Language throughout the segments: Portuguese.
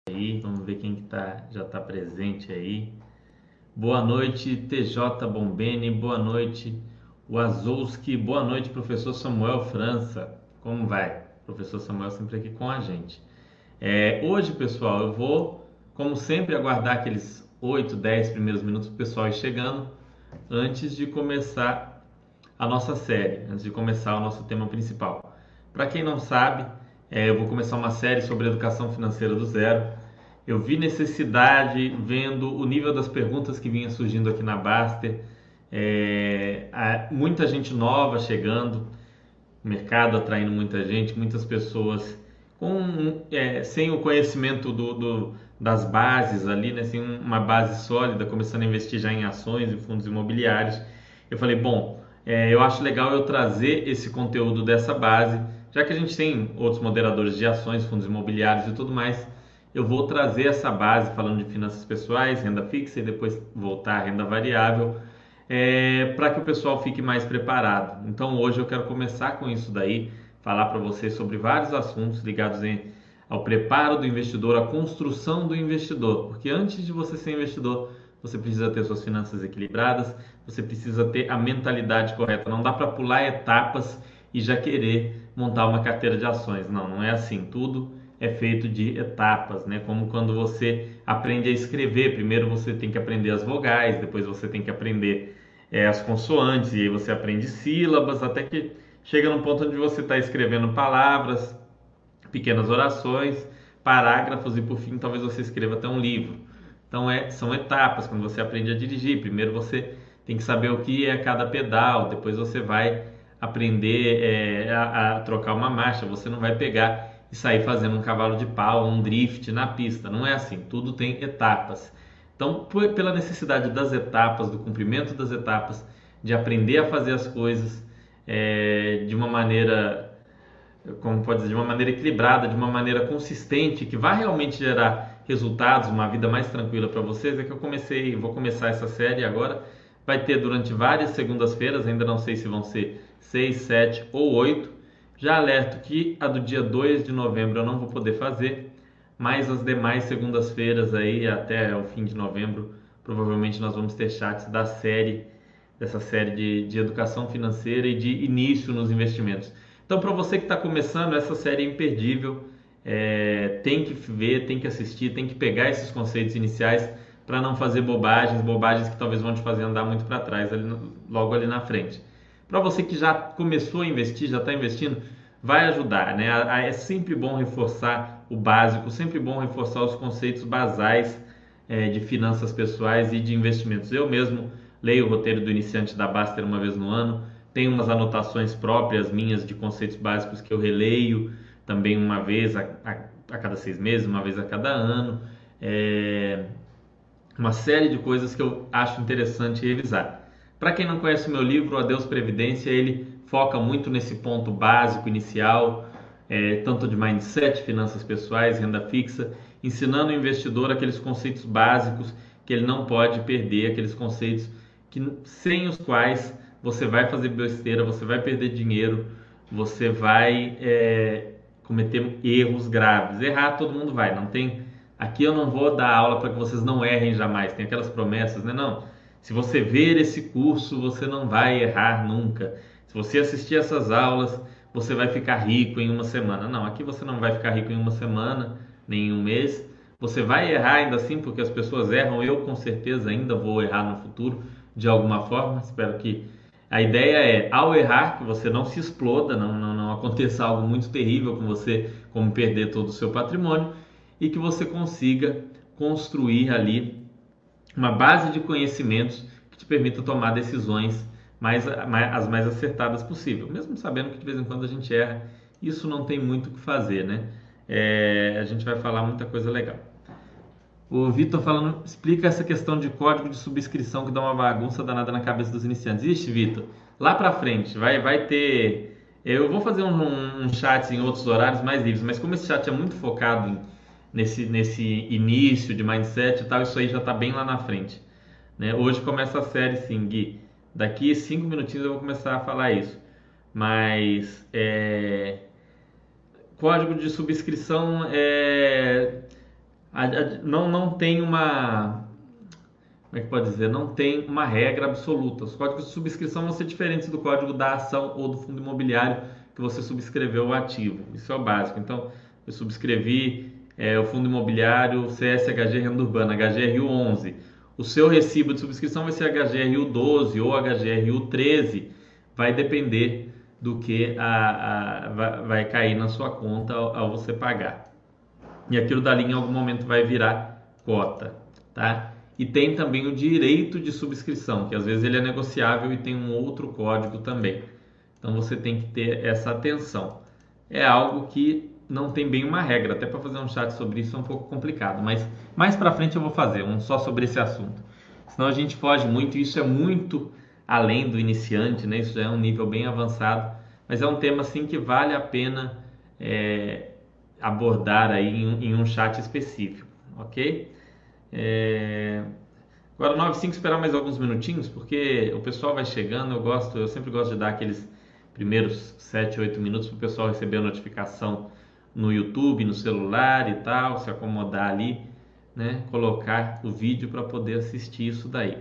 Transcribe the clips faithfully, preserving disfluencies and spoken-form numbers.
Aí, vamos ver quem que tá, já está presente aí. Boa noite, T J Bombeni, boa noite, Wazowski, boa noite, professor Samuel França. Como vai? Professor Samuel sempre aqui com a gente. É, hoje, pessoal, eu vou, como sempre, aguardar aqueles oito, dez primeiros minutos para o pessoal ir chegando antes de começar a nossa série, antes de começar o nosso tema principal. Para quem não sabe, é, eu vou começar uma série sobre educação financeira do zero. Eu vi necessidade vendo o nível das perguntas que vinha surgindo aqui na Baster, é, muita gente nova chegando, o mercado atraindo muita gente, muitas pessoas com, é, sem o conhecimento do, do, das bases ali, né, sem uma base sólida, começando a investir já em ações e fundos imobiliários. Eu falei, bom, é, eu acho legal eu trazer esse conteúdo dessa base, já que a gente tem outros moderadores de ações, fundos imobiliários e tudo mais. Eu vou trazer essa base falando de finanças pessoais, renda fixa e depois voltar à renda variável, é, para que o pessoal fique mais preparado. Então hoje eu quero começar com isso daí, falar para vocês sobre vários assuntos ligados em, ao preparo do investidor, à construção do investidor, porque antes de você ser investidor, você precisa ter suas finanças equilibradas, você precisa ter a mentalidade correta. Não dá para pular etapas e já querer montar uma carteira de ações. Não, não é assim. Tudo é feito de etapas, né? Como quando você aprende a escrever. Primeiro você tem que aprender as vogais, depois você tem que aprender é, as consoantes, e aí você aprende sílabas, até que chega num ponto onde você está escrevendo palavras, pequenas orações, parágrafos e por fim talvez você escreva até um livro. Então é, são etapas quando você aprende a dirigir. Primeiro você tem que saber o que é cada pedal, depois você vai aprender é, a, a trocar uma marcha. Você não vai pegar e sair fazendo um cavalo de pau, um drift na pista. Não é assim, tudo tem etapas. Então, pela necessidade das etapas, do cumprimento das etapas, de aprender a fazer as coisas é, de uma maneira, como pode dizer, de uma maneira equilibrada, de uma maneira consistente, que vai realmente gerar resultados, uma vida mais tranquila para vocês, é que eu comecei, vou começar essa série agora. Vai ter durante várias segundas-feiras, ainda não sei se vão ser seis, sete ou oito. Já alerto que a do dia dois de novembro eu não vou poder fazer, mas as demais segundas-feiras aí até o fim de novembro, provavelmente nós vamos ter chats da série, dessa série de, de educação financeira e de início nos investimentos. Então, para você que está começando, essa série é imperdível. É, tem que ver, tem que assistir, tem que pegar esses conceitos iniciais para não fazer bobagens, bobagens que talvez vão te fazer andar muito para trás, ali no, logo ali na frente. Para você que já começou a investir, já está investindo, vai ajudar, né? É sempre bom reforçar o básico, sempre bom reforçar os conceitos basais é, de finanças pessoais e de investimentos. Eu mesmo leio o roteiro do iniciante da Baster uma vez no ano, tenho umas anotações próprias minhas de conceitos básicos que eu releio também uma vez a, a, a cada seis meses, uma vez a cada ano. É, uma série de coisas que eu acho interessante revisar. Para quem não conhece o meu livro, Adeus Previdência, ele foca muito nesse ponto básico, inicial, é, tanto de mindset, finanças pessoais, renda fixa, ensinando o investidor aqueles conceitos básicos que ele não pode perder, aqueles conceitos que, sem os quais você vai fazer besteira, você vai perder dinheiro, você vai é, cometer erros graves. Errar todo mundo vai, não tem. Aqui eu não vou dar aula para que vocês não errem jamais. Tem aquelas promessas, né? Não. Se você ver esse curso, você não vai errar nunca. Se você assistir essas aulas, você vai ficar rico em uma semana. Não, aqui você não vai ficar rico em uma semana, nem em um mês. Você vai errar ainda assim, porque as pessoas erram. Eu com certeza ainda vou errar no futuro, de alguma forma. Espero que a ideia é, ao errar, que você não se exploda, não, não, não aconteça algo muito terrível com você, como perder todo o seu patrimônio, e que você consiga construir ali uma base de conhecimentos que te permita tomar decisões mais, mais, as mais acertadas possível, mesmo sabendo que de vez em quando a gente erra. Isso não tem muito o que fazer, né? É, a gente vai falar muita coisa legal. O Vitor falando, explica essa questão de código de subscrição que dá uma bagunça danada na cabeça dos iniciantes. Ixi, Vitor, lá pra frente vai, vai ter. Eu vou fazer um, um, um chat em outros horários mais livres, mas como esse chat é muito focado em, nesse, nesse início de mindset e tal, isso aí já tá bem lá na frente, né? Hoje começa a série, sim, Gui. Daqui cinco minutinhos eu vou começar a falar isso. Mas é, código de subscrição é A- a- não, não tem uma, como é que pode dizer? Não tem uma regra absoluta. Os códigos de subscrição vão ser diferentes do código da ação ou do fundo imobiliário que você subscreveu o ativo. Isso é o básico. Então, eu subscrevi é, o fundo imobiliário C S H G Renda Urbana, H G R U onze. O seu recibo de subscrição vai ser H G R U doze ou H G R U treze. Vai depender do que a, a, vai, vai cair na sua conta ao, ao você pagar. E aquilo dali em algum momento vai virar cota, tá? E tem também o direito de subscrição, que às vezes ele é negociável e tem um outro código também. Então você tem que ter essa atenção. É algo que não tem bem uma regra, até para fazer um chat sobre isso é um pouco complicado, mas mais para frente eu vou fazer um só sobre esse assunto. Senão a gente foge muito, e isso é muito além do iniciante, né? Isso já é um nível bem avançado, mas é um tema assim que vale a pena é, abordar aí em, em um chat específico, ok? É... Agora nove e cinco, esperar mais alguns minutinhos, porque o pessoal vai chegando, eu gosto, eu sempre gosto de dar aqueles primeiros sete, oito minutos para o pessoal receber a notificação no YouTube, no celular e tal, se acomodar ali, né? Colocar o vídeo para poder assistir isso daí.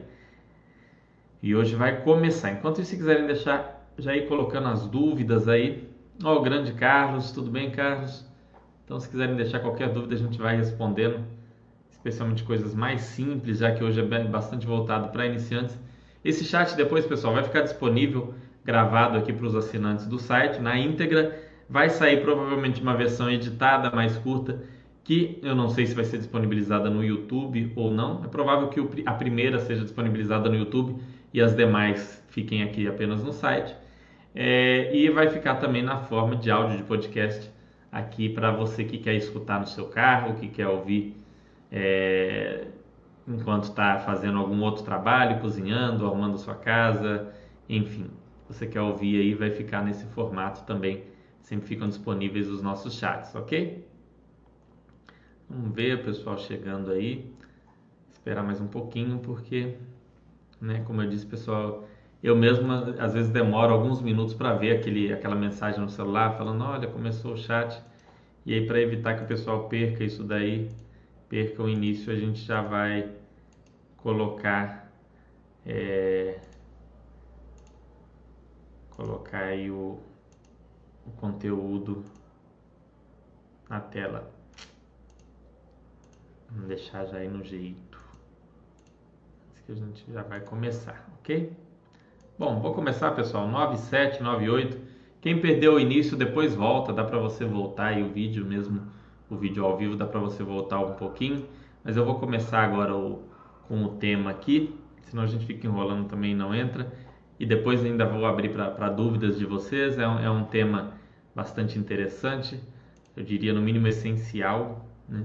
E hoje vai começar. Enquanto isso, se quiserem deixar, já ir colocando as dúvidas aí. Ó, o grande Carlos, tudo bem, Carlos? Então, se quiserem deixar qualquer dúvida, a gente vai respondendo, especialmente coisas mais simples, já que hoje é bastante voltado para iniciantes. Esse chat depois, pessoal, vai ficar disponível gravado aqui para os assinantes do site na íntegra. Vai sair provavelmente uma versão editada, mais curta, que eu não sei se vai ser disponibilizada no YouTube ou não. É provável que a primeira seja disponibilizada no YouTube e as demais fiquem aqui apenas no site. É, e vai ficar também na forma de áudio de podcast aqui para você que quer escutar no seu carro, que quer ouvir é, enquanto está fazendo algum outro trabalho, cozinhando, arrumando sua casa, enfim. Você quer ouvir aí, vai ficar nesse formato também. Sempre ficam disponíveis os nossos chats, ok? Vamos ver o pessoal chegando aí. Esperar mais um pouquinho, porque, né, como eu disse, pessoal, eu mesmo às vezes demoro alguns minutos para ver aquele, aquela mensagem no celular falando, olha, começou o chat. E aí, para evitar que o pessoal perca isso daí, perca o início, a gente já vai colocar é, colocar aí o, o conteúdo na tela. Vamos deixar já aí no jeito. Assim que a gente já vai começar, ok? Bom, vou começar, pessoal. nove sete, nove oito. Quem perdeu o início, depois volta. Dá para você voltar aí o vídeo mesmo, o vídeo ao vivo, dá para você voltar um pouquinho. Mas eu vou começar agora o, com o tema aqui, senão a gente fica enrolando também e não entra. E depois ainda vou abrir para dúvidas de vocês. É um, é um tema bastante interessante, eu diria no mínimo essencial, né?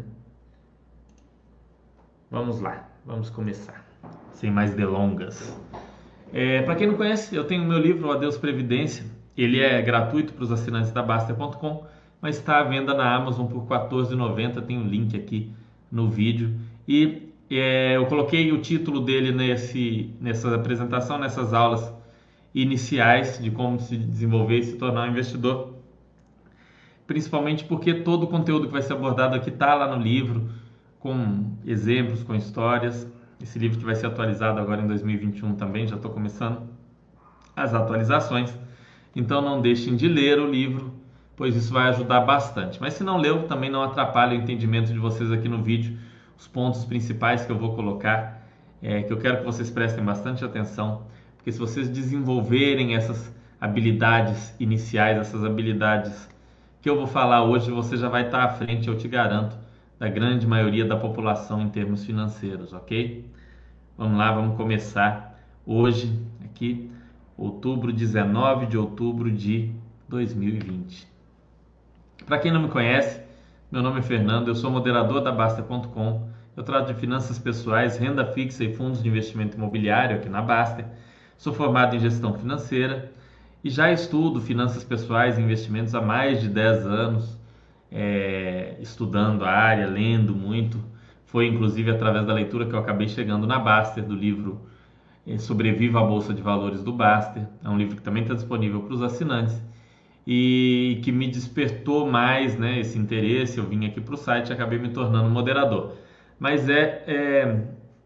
Vamos lá, vamos começar, sem mais delongas. É, para quem não conhece, eu tenho o meu livro, O Adeus Previdência. Ele é gratuito para os assinantes da Baster ponto com, mas está à venda na Amazon por quatorze reais e noventa centavos. Tem um link aqui no vídeo. E é, eu coloquei o título dele nesse, nessa apresentação, nessas aulas iniciais de como se desenvolver e se tornar um investidor. Principalmente porque todo o conteúdo que vai ser abordado aqui está lá no livro, com exemplos, com histórias. Esse livro que vai ser atualizado agora em dois mil e vinte e um também, já estou começando as atualizações. Então não deixem de ler o livro, pois isso vai ajudar bastante. Mas se não leu, também não atrapalha o entendimento de vocês aqui no vídeo. Os pontos principais que eu vou colocar, é, que eu quero que vocês prestem bastante atenção, porque se vocês desenvolverem essas habilidades iniciais, essas habilidades que eu vou falar hoje, você já vai estar à frente, eu te garanto, da grande maioria da população em termos financeiros, ok? Vamos lá, vamos começar hoje, aqui, outubro, dezenove de outubro de dois mil e vinte. Para quem não me conhece, meu nome é Fernando, eu sou moderador da Baster ponto com, eu trato de finanças pessoais, renda fixa e fundos de investimento imobiliário aqui na Baster, sou formado em gestão financeira e já estudo finanças pessoais e investimentos há mais de dez anos, é, estudando a área, lendo muito. Foi inclusive através da leitura que eu acabei chegando na Baster, do livro Sobreviva à Bolsa de Valores do Baster. É um livro que também está disponível para os assinantes. e que me despertou mais, né, esse interesse. Eu vim aqui para o site e acabei me tornando moderador. Mas é, é,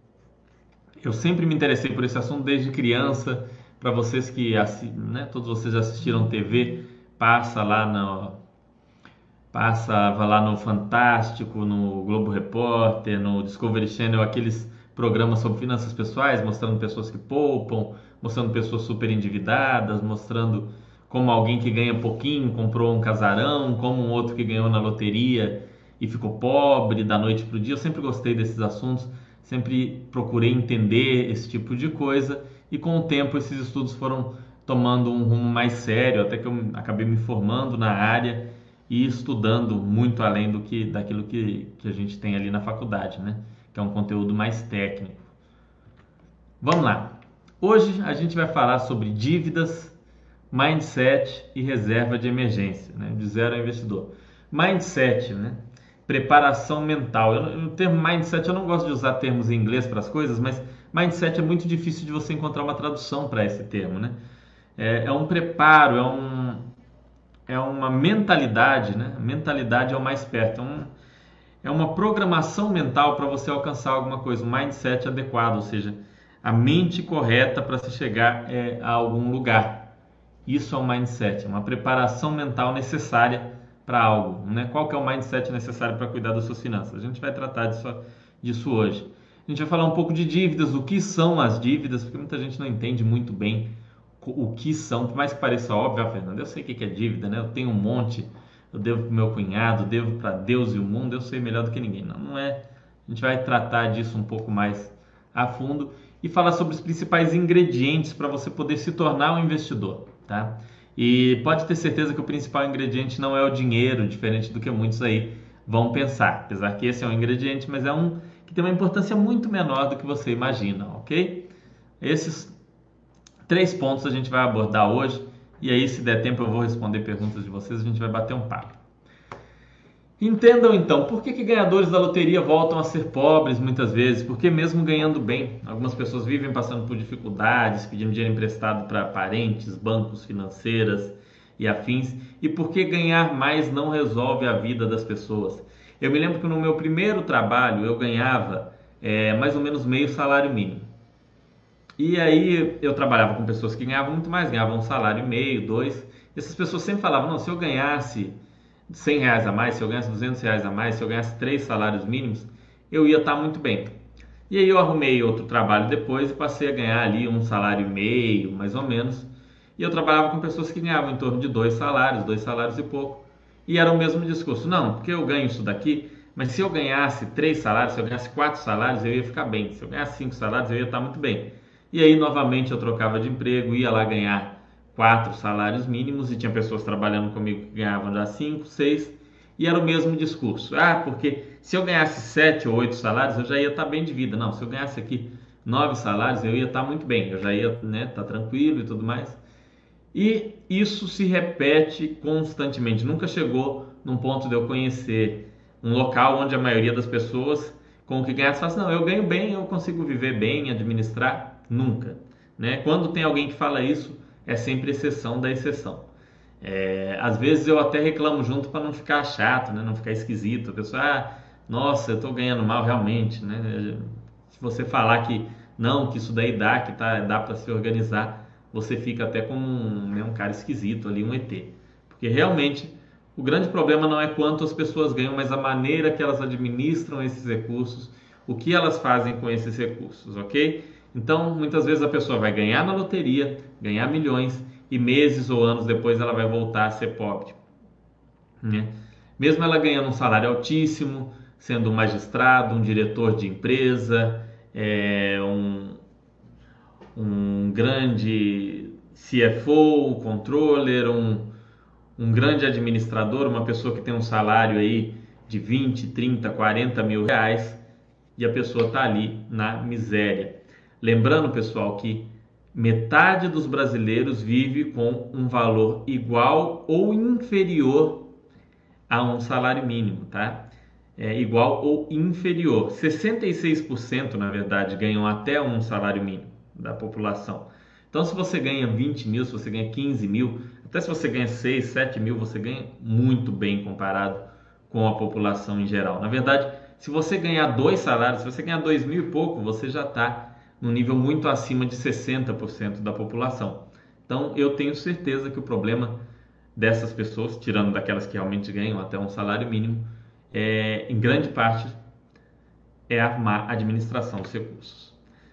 eu sempre me interessei por esse assunto desde criança. Para vocês que, assi- né, todos vocês já assistiram T V, passa lá no, passava lá no Fantástico, no Globo Repórter, no Discovery Channel, aqueles programas sobre finanças pessoais, mostrando pessoas que poupam, mostrando pessoas super endividadas, mostrando como alguém que ganha pouquinho comprou um casarão, como um outro que ganhou na loteria e ficou pobre da noite para o dia. Eu sempre gostei desses assuntos, sempre procurei entender esse tipo de coisa e com o tempo esses estudos foram tomando um rumo mais sério, até que eu acabei me formando na área e estudando muito além do que daquilo que, que a gente tem ali na faculdade, né? Que é um conteúdo mais técnico. Vamos lá. Hoje a gente vai falar sobre dívidas, mindset e reserva de emergência, né? De zero ao investidor. Mindset, né? Preparação mental. Eu, o termo mindset, eu não gosto de usar termos em inglês para as coisas, mas mindset é muito difícil de você encontrar uma tradução para esse termo, né? É, é um preparo, é um, é uma mentalidade, né? Mentalidade é o mais perto. É, um, é uma programação mental para você alcançar alguma coisa, um mindset adequado, ou seja, a mente correta para se chegar é, a algum lugar. Isso é um mindset, é uma preparação mental necessária para algo, né? Qual que é o mindset necessário para cuidar das suas finanças? A gente vai tratar disso, disso hoje. A gente vai falar um pouco de dívidas, o que são as dívidas, porque muita gente não entende muito bem o que são, por mais que pareça óbvio, ah, Fernando, eu sei o que é dívida, né? Eu tenho um monte, eu devo para meu cunhado, devo para Deus e o mundo, eu sei melhor do que ninguém. Não, não é. A gente vai tratar disso um pouco mais a fundo e falar sobre os principais ingredientes para você poder se tornar um investidor, tá? E pode ter certeza que o principal ingrediente não é o dinheiro, diferente do que muitos aí vão pensar. Apesar que esse é um ingrediente, mas é um que tem uma importância muito menor do que você imagina, ok? Esses três pontos a gente vai abordar hoje e aí, se der tempo, eu vou responder perguntas de vocês, a gente vai bater um papo. Entendam então, por que, que ganhadores da loteria voltam a ser pobres muitas vezes? Porque mesmo ganhando bem, algumas pessoas vivem passando por dificuldades, pedindo dinheiro emprestado para parentes, bancos, financeiras e afins. E por que ganhar mais não resolve a vida das pessoas? Eu me lembro que no meu primeiro trabalho eu ganhava é, mais ou menos meio salário mínimo. E aí eu trabalhava com pessoas que ganhavam muito mais, ganhavam um salário e meio, dois. E essas pessoas sempre falavam, não, se eu ganhasse cem reais a mais, se eu ganhasse duzentos reais a mais, se eu ganhasse três salários mínimos, eu ia estar muito bem. E aí eu arrumei outro trabalho depois e passei a ganhar ali um salário e meio, mais ou menos. E eu trabalhava com pessoas que ganhavam em torno de dois salários, dois salários e pouco. E era o mesmo discurso, não, porque eu ganho isso daqui, mas se eu ganhasse três salários, se eu ganhasse quatro salários, eu ia ficar bem. Se eu ganhasse cinco salários, eu ia estar muito bem. E aí novamente eu trocava de emprego, ia lá ganhar quatro salários mínimos e tinha pessoas trabalhando comigo que ganhavam já cinco, seis e era o mesmo discurso. Ah, porque se eu ganhasse sete ou oito salários eu já ia estar bem de vida. Não, se eu ganhasse aqui nove salários eu ia estar muito bem, eu já ia, né, estar tranquilo e tudo mais. E isso se repete constantemente. Nunca chegou num ponto de eu conhecer um local onde a maioria das pessoas com o que ganha fala assim, não, eu ganho bem, eu consigo viver bem, administrar. Nunca. Né? Quando tem alguém que fala isso, é sempre exceção da exceção. É, às vezes eu até reclamo junto para não ficar chato, né? Não ficar esquisito. A pessoa, ah, nossa, eu estou ganhando mal realmente. Né? Se você falar que não, que isso daí dá, que tá, dá para se organizar, você fica até como um, né, um cara esquisito ali, um E T. Porque realmente o grande problema não é quanto as pessoas ganham, mas a maneira que elas administram esses recursos, o que elas fazem com esses recursos, ok? Então, muitas vezes a pessoa vai ganhar na loteria, ganhar milhões e meses ou anos depois ela vai voltar a ser pobre, né? Mesmo ela ganhando um salário altíssimo, sendo um magistrado, um diretor de empresa, é, um, um grande C F O, controller, um, um grande administrador, uma pessoa que tem um salário aí de vinte, trinta, quarenta mil reais e a pessoa está ali na miséria. Lembrando, pessoal, que metade dos brasileiros vive com um valor igual ou inferior a um salário mínimo, tá? É igual ou inferior. sessenta e seis por cento, na verdade, ganham até um salário mínimo da população. Então, se você ganha vinte mil, se você ganha quinze mil, até se você ganha seis, sete mil, você ganha muito bem comparado com a população em geral. Na verdade, se você ganhar dois salários, se você ganhar dois mil e pouco, você já está num nível muito acima de sessenta por cento da população. Então, eu tenho certeza que o problema dessas pessoas, tirando daquelas que realmente ganham até um salário mínimo, é, em grande parte é a má administração dos recursos.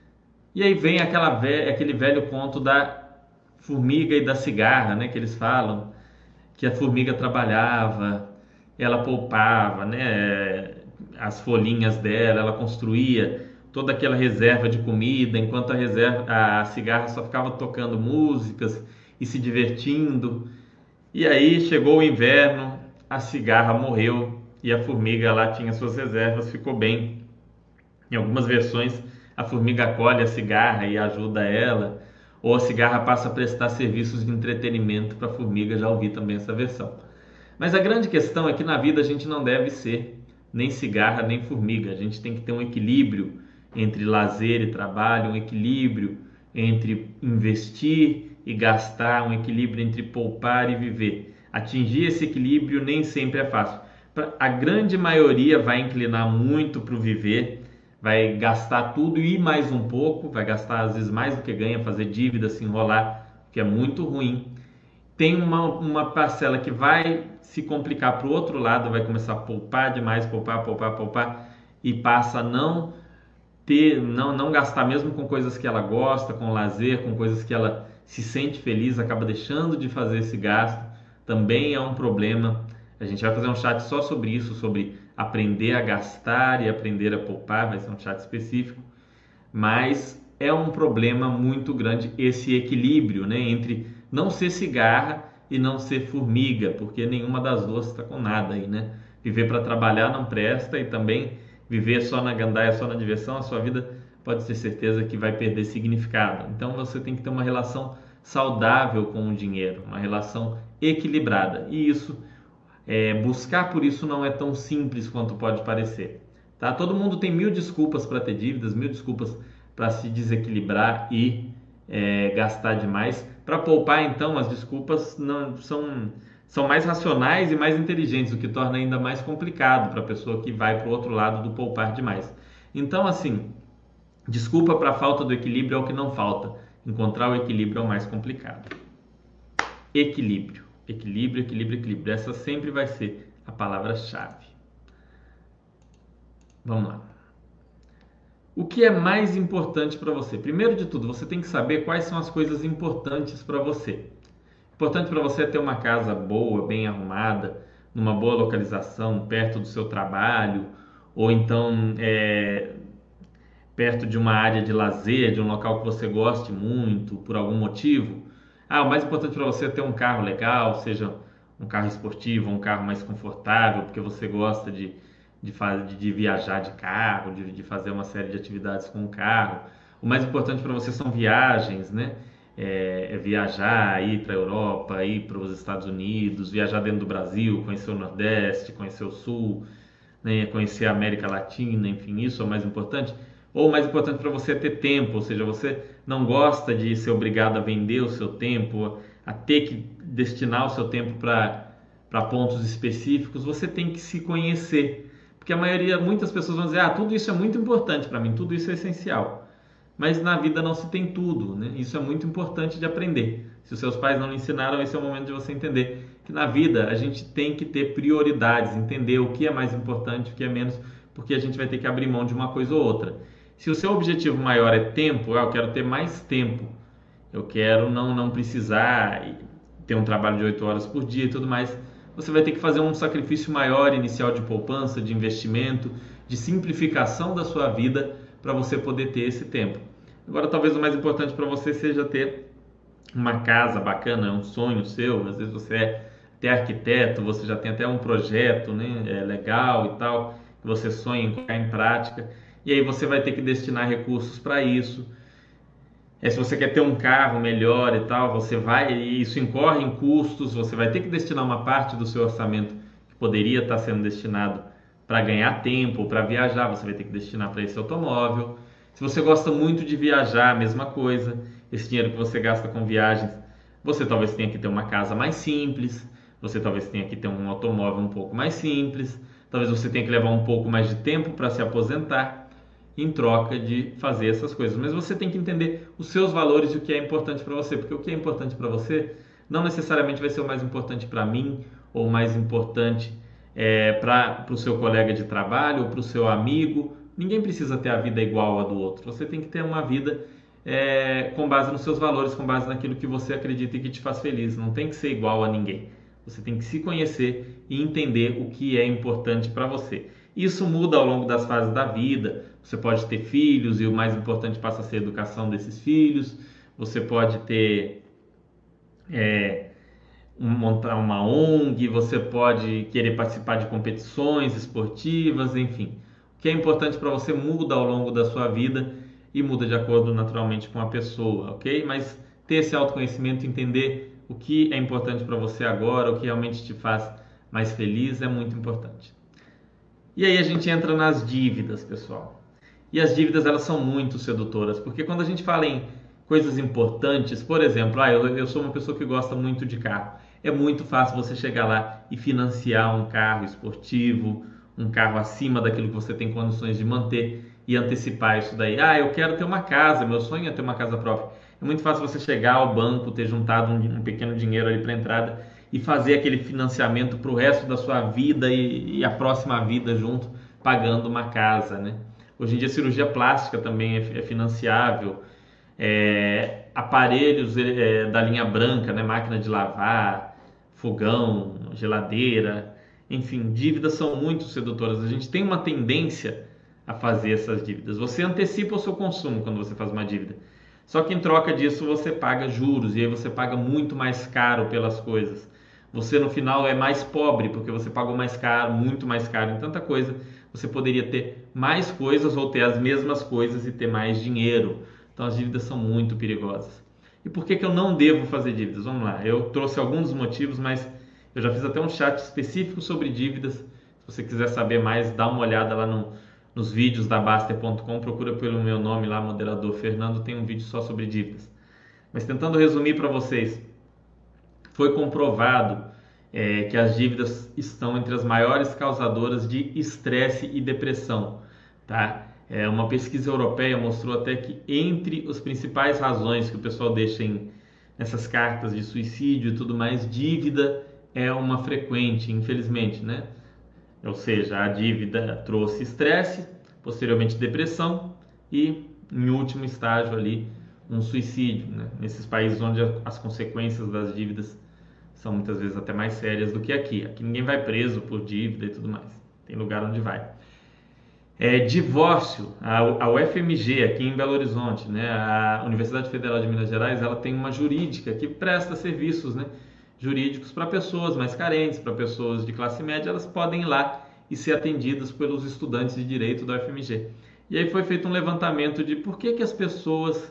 E aí vem aquela ve- aquele velho conto da formiga e da cigarra, né, que eles falam, que a formiga trabalhava, ela poupava, né, as folhinhas dela, ela construía toda aquela reserva de comida, enquanto a reserva, a cigarra só ficava tocando músicas e se divertindo. E aí chegou o inverno, a cigarra morreu e a formiga lá tinha suas reservas, ficou bem. Em algumas versões, a formiga colhe a cigarra e ajuda ela, ou a cigarra passa a prestar serviços de entretenimento para a formiga, já ouvi também essa versão. Mas a grande questão é que na vida a gente não deve ser nem cigarra nem formiga, a gente tem que ter um equilíbrio entre lazer e trabalho, um equilíbrio entre investir e gastar, um equilíbrio entre poupar e viver. Atingir esse equilíbrio nem sempre é fácil. A grande maioria vai inclinar muito para o viver, vai gastar tudo e mais um pouco, vai gastar às vezes mais do que ganha, fazer dívida, se enrolar, que é muito ruim. Tem uma, uma parcela que vai se complicar para o outro lado, vai começar a poupar demais, poupar, poupar, poupar, e passa a não ter, não, não gastar mesmo com coisas que ela gosta, com lazer, com coisas que ela se sente feliz, acaba deixando de fazer esse gasto. Também é um problema. A gente vai fazer um chat só sobre isso, sobre aprender a gastar e aprender a poupar, vai ser um chat específico, mas é um problema muito grande esse equilíbrio, né, entre não ser cigarra e não ser formiga, porque nenhuma das duas está com nada aí, né? Viver para trabalhar não presta e também viver só na gandaia, só na diversão, a sua vida pode ter certeza que vai perder significado. Então você tem que ter uma relação saudável com o dinheiro, uma relação equilibrada. E isso, é, buscar por isso não é tão simples quanto pode parecer. Tá? Todo mundo tem mil desculpas para ter dívidas, mil desculpas para se desequilibrar e é, gastar demais. Para poupar, então, as desculpas não são, são mais racionais e mais inteligentes, o que torna ainda mais complicado para a pessoa que vai para o outro lado do poupar demais. Então, assim, desculpa para a falta do equilíbrio é o que não falta. Encontrar o equilíbrio é o mais complicado. Equilíbrio, equilíbrio, equilíbrio, equilíbrio. Essa sempre vai ser a palavra-chave. Vamos lá. O que é mais importante para você? Primeiro de tudo, você tem que saber quais são as coisas importantes para você. Importante para você é ter uma casa boa, bem arrumada, numa boa localização, perto do seu trabalho, ou então é, perto de uma área de lazer, de um local que você goste muito, por algum motivo. Ah, o mais importante para você é ter um carro legal, seja um carro esportivo, um carro mais confortável, porque você gosta de, de, de, de viajar de carro, de, de fazer uma série de atividades com o carro. O mais importante para você são viagens, né? É, é viajar, ir para a Europa, ir para os Estados Unidos, viajar dentro do Brasil, conhecer o Nordeste, conhecer o Sul, né? Conhecer a América Latina, enfim, isso é o mais importante. Ou o mais importante para você é ter tempo, ou seja, você não gosta de ser obrigado a vender o seu tempo, a ter que destinar o seu tempo para para pontos específicos, você tem que se conhecer. Porque a maioria, muitas pessoas vão dizer, ah, tudo isso é muito importante para mim, tudo isso é essencial. Mas na vida não se tem tudo, né? Isso é muito importante de aprender. Se os seus pais não lhe ensinaram, esse é o momento de você entender que na vida a gente tem que ter prioridades, entender o que é mais importante, o que é menos, porque a gente vai ter que abrir mão de uma coisa ou outra. Se o seu objetivo maior é tempo, ah, eu quero ter mais tempo, eu quero não, não precisar ter um trabalho de oito horas por dia e tudo mais, você vai ter que fazer um sacrifício maior inicial de poupança, de investimento, de simplificação da sua vida para você poder ter esse tempo. Agora, talvez o mais importante para você seja ter uma casa bacana, é um sonho seu, às vezes você é até arquiteto, você já tem até um projeto, né, é legal e tal, que você sonha em colocar em prática, e aí você vai ter que destinar recursos para isso. É, se você quer ter um carro melhor e tal, você vai, e isso incorre em custos, você vai ter que destinar uma parte do seu orçamento que poderia estar sendo destinado para ganhar tempo, para viajar, você vai ter que destinar para esse automóvel. Se você gosta muito de viajar, a mesma coisa. esse dinheiro que você gasta com viagens, você talvez tenha que ter uma casa mais simples, você talvez tenha que ter um automóvel um pouco mais simples, talvez você tenha que levar um pouco mais de tempo para se aposentar em troca de fazer essas coisas. Mas você tem que entender os seus valores e o que é importante para você, porque o que é importante para você não necessariamente vai ser o mais importante para mim ou o mais importante é, para o seu colega de trabalho ou para o seu amigo. Ninguém precisa ter a vida igual a do outro. Você tem que ter uma vida é, com base nos seus valores, com base naquilo que você acredita e que te faz feliz. Não tem que ser igual a ninguém. Você tem que se conhecer e entender o que é importante para você. Isso muda ao longo das fases da vida. Você pode ter filhos e o mais importante passa a ser a educação desses filhos. Você pode ter é, montar uma O N G, você pode querer participar de competições esportivas, enfim. O que é importante para você muda ao longo da sua vida e muda de acordo naturalmente com a pessoa, ok? Mas ter esse autoconhecimento, entender o que é importante para você agora, o que realmente te faz mais feliz é muito importante. E aí a gente entra nas dívidas, pessoal. E as dívidas, elas são muito sedutoras, porque quando a gente fala em coisas importantes, por exemplo, ah, eu, eu sou uma pessoa que gosta muito de carro. É muito fácil você chegar lá e financiar um carro esportivo, um carro acima daquilo que você tem condições de manter e antecipar isso daí. Ah, eu quero ter uma casa, meu sonho é ter uma casa própria. É muito fácil você chegar ao banco, ter juntado um, um pequeno dinheiro ali para entrada e fazer aquele financiamento para o resto da sua vida e, e a próxima vida junto, pagando uma casa, né? Hoje em dia, cirurgia plástica também é, é financiável. É, aparelhos é, da linha branca, né? Máquina de lavar, fogão, geladeira, enfim, dívidas são muito sedutoras. A gente tem uma tendência a fazer essas dívidas. Você antecipa o seu consumo quando você faz uma dívida. Só que em troca disso você paga juros e aí você paga muito mais caro pelas coisas. Você no final é mais pobre porque você pagou mais caro, muito mais caro em tanta coisa. Você poderia ter mais coisas ou ter as mesmas coisas e ter mais dinheiro. Então as dívidas são muito perigosas. E por que que eu não devo fazer dívidas? Vamos lá, eu trouxe alguns motivos, mas eu já fiz até um chat específico sobre dívidas. Se você quiser saber mais, dá uma olhada lá no, nos vídeos da Baster ponto com, procura pelo meu nome lá, moderador Fernando, tem um vídeo só sobre dívidas. Mas tentando resumir para vocês, foi comprovado é, que as dívidas estão entre as maiores causadoras de estresse e depressão, tá? É, uma pesquisa europeia mostrou até que entre as principais razões que o pessoal deixa em, nessas cartas de suicídio e tudo mais, dívida é uma frequente, infelizmente, né? Ou seja, a dívida trouxe estresse, posteriormente depressão e, em último estágio ali, um suicídio, né? Nesses países onde as consequências das dívidas são muitas vezes até mais sérias do que aqui. Aqui ninguém vai preso por dívida e tudo mais. Tem lugar onde vai. É, divórcio, a, a U F M G aqui em Belo Horizonte, né, a Universidade Federal de Minas Gerais, ela tem uma jurídica que presta serviços, né, jurídicos para pessoas mais carentes, para pessoas de classe média, elas podem ir lá e ser atendidas pelos estudantes de direito da U F M G. E aí foi feito um levantamento de por que que as pessoas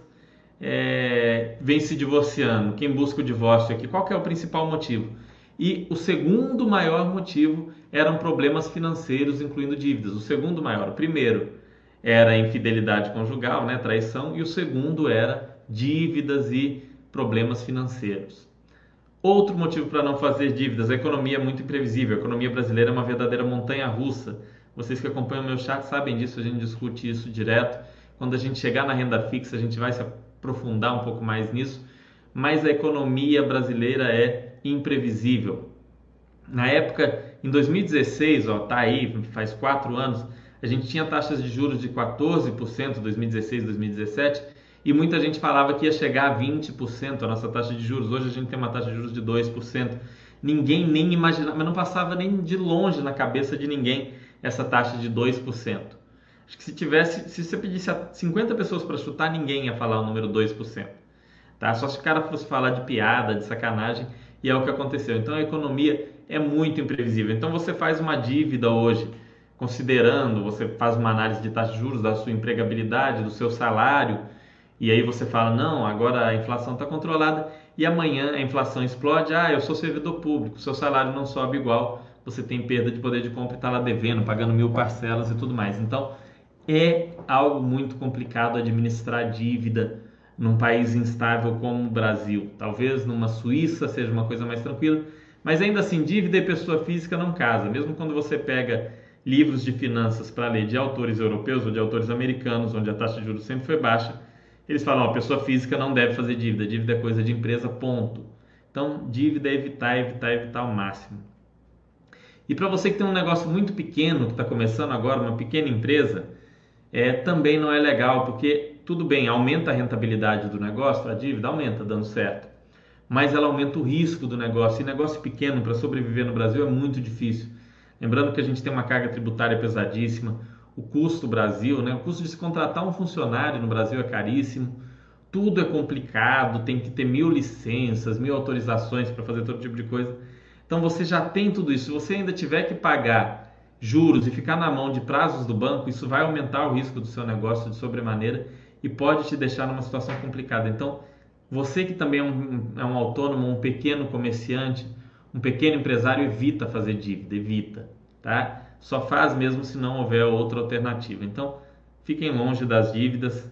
é, vêm se divorciando, quem busca o divórcio aqui, qual que é o principal motivo? E o segundo maior motivo eram problemas financeiros, incluindo dívidas. O segundo maior, o primeiro era a infidelidade conjugal, né, traição, e o segundo era dívidas e problemas financeiros. Outro motivo para não fazer dívidas, a economia é muito imprevisível. A economia brasileira é uma verdadeira montanha-russa. Vocês que acompanham o meu chat sabem disso, a gente discute isso direto. Quando a gente chegar na renda fixa, a gente vai se aprofundar um pouco mais nisso. Mas a economia brasileira é imprevisível. Na época, em dois mil e dezesseis, ó, tá aí, faz quatro anos, a gente tinha taxas de juros de quatorze por cento em dois mil e dezesseis, dois mil e dezessete, e muita gente falava que ia chegar a vinte por cento a nossa taxa de juros. Hoje a gente tem uma taxa de juros de dois por cento. Ninguém nem imaginava, mas não passava nem de longe na cabeça de ninguém essa taxa de dois por cento. Acho que se tivesse, se você pedisse a cinquenta pessoas para chutar, ninguém ia falar o número dois por cento. Tá? Só se o cara fosse falar de piada, de sacanagem, e é o que aconteceu. Então a economia é muito imprevisível. Então você faz uma dívida hoje, considerando, você faz uma análise de taxa de juros, da sua empregabilidade, do seu salário, e aí você fala, não, agora a inflação está controlada, e amanhã a inflação explode, ah, eu sou servidor público, seu salário não sobe igual, você tem perda de poder de compra e está lá devendo, pagando mil parcelas e tudo mais. Então é algo muito complicado administrar dívida num país instável como o Brasil. Talvez numa Suíça seja uma coisa mais tranquila, mas ainda assim, dívida e pessoa física não casa. Mesmo quando você pega livros de finanças para ler de autores europeus ou de autores americanos, onde a taxa de juros sempre foi baixa, eles falam, ó, pessoa física não deve fazer dívida, dívida é coisa de empresa, ponto. Então, dívida é evitar, evitar, evitar ao máximo. E para você que tem um negócio muito pequeno, que está começando agora, uma pequena empresa, é, também não é legal, porque tudo bem, aumenta a rentabilidade do negócio, a dívida aumenta, dando certo, mas ela aumenta o risco do negócio, e negócio pequeno para sobreviver no Brasil é muito difícil. Lembrando que a gente tem uma carga tributária pesadíssima, o custo do Brasil, né, o custo de se contratar um funcionário no Brasil é caríssimo, tudo é complicado, tem que ter mil licenças, mil autorizações para fazer todo tipo de coisa. Então você já tem tudo isso. Se você ainda tiver que pagar juros e ficar na mão de prazos do banco, isso vai aumentar o risco do seu negócio de sobremaneira e pode te deixar numa situação complicada. Então, você que também é um, é um autônomo, um pequeno comerciante, um pequeno empresário, evita fazer dívida, evita, tá? Só faz mesmo se não houver outra alternativa. Então, fiquem longe das dívidas.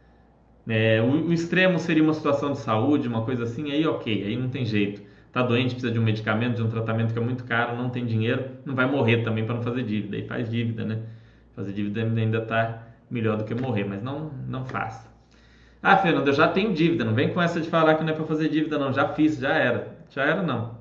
É, o, o extremo seria uma situação de saúde, uma coisa assim, aí ok, aí não tem jeito. Tá doente, precisa de um medicamento, de um tratamento que é muito caro, não tem dinheiro, não vai morrer também para não fazer dívida. Aí faz dívida, né? Fazer dívida ainda tá melhor do que morrer, mas não, não faça. Ah, Fernando, eu já tenho dívida, não vem com essa de falar que não é para fazer dívida, não. Já fiz, já era. Já era, não.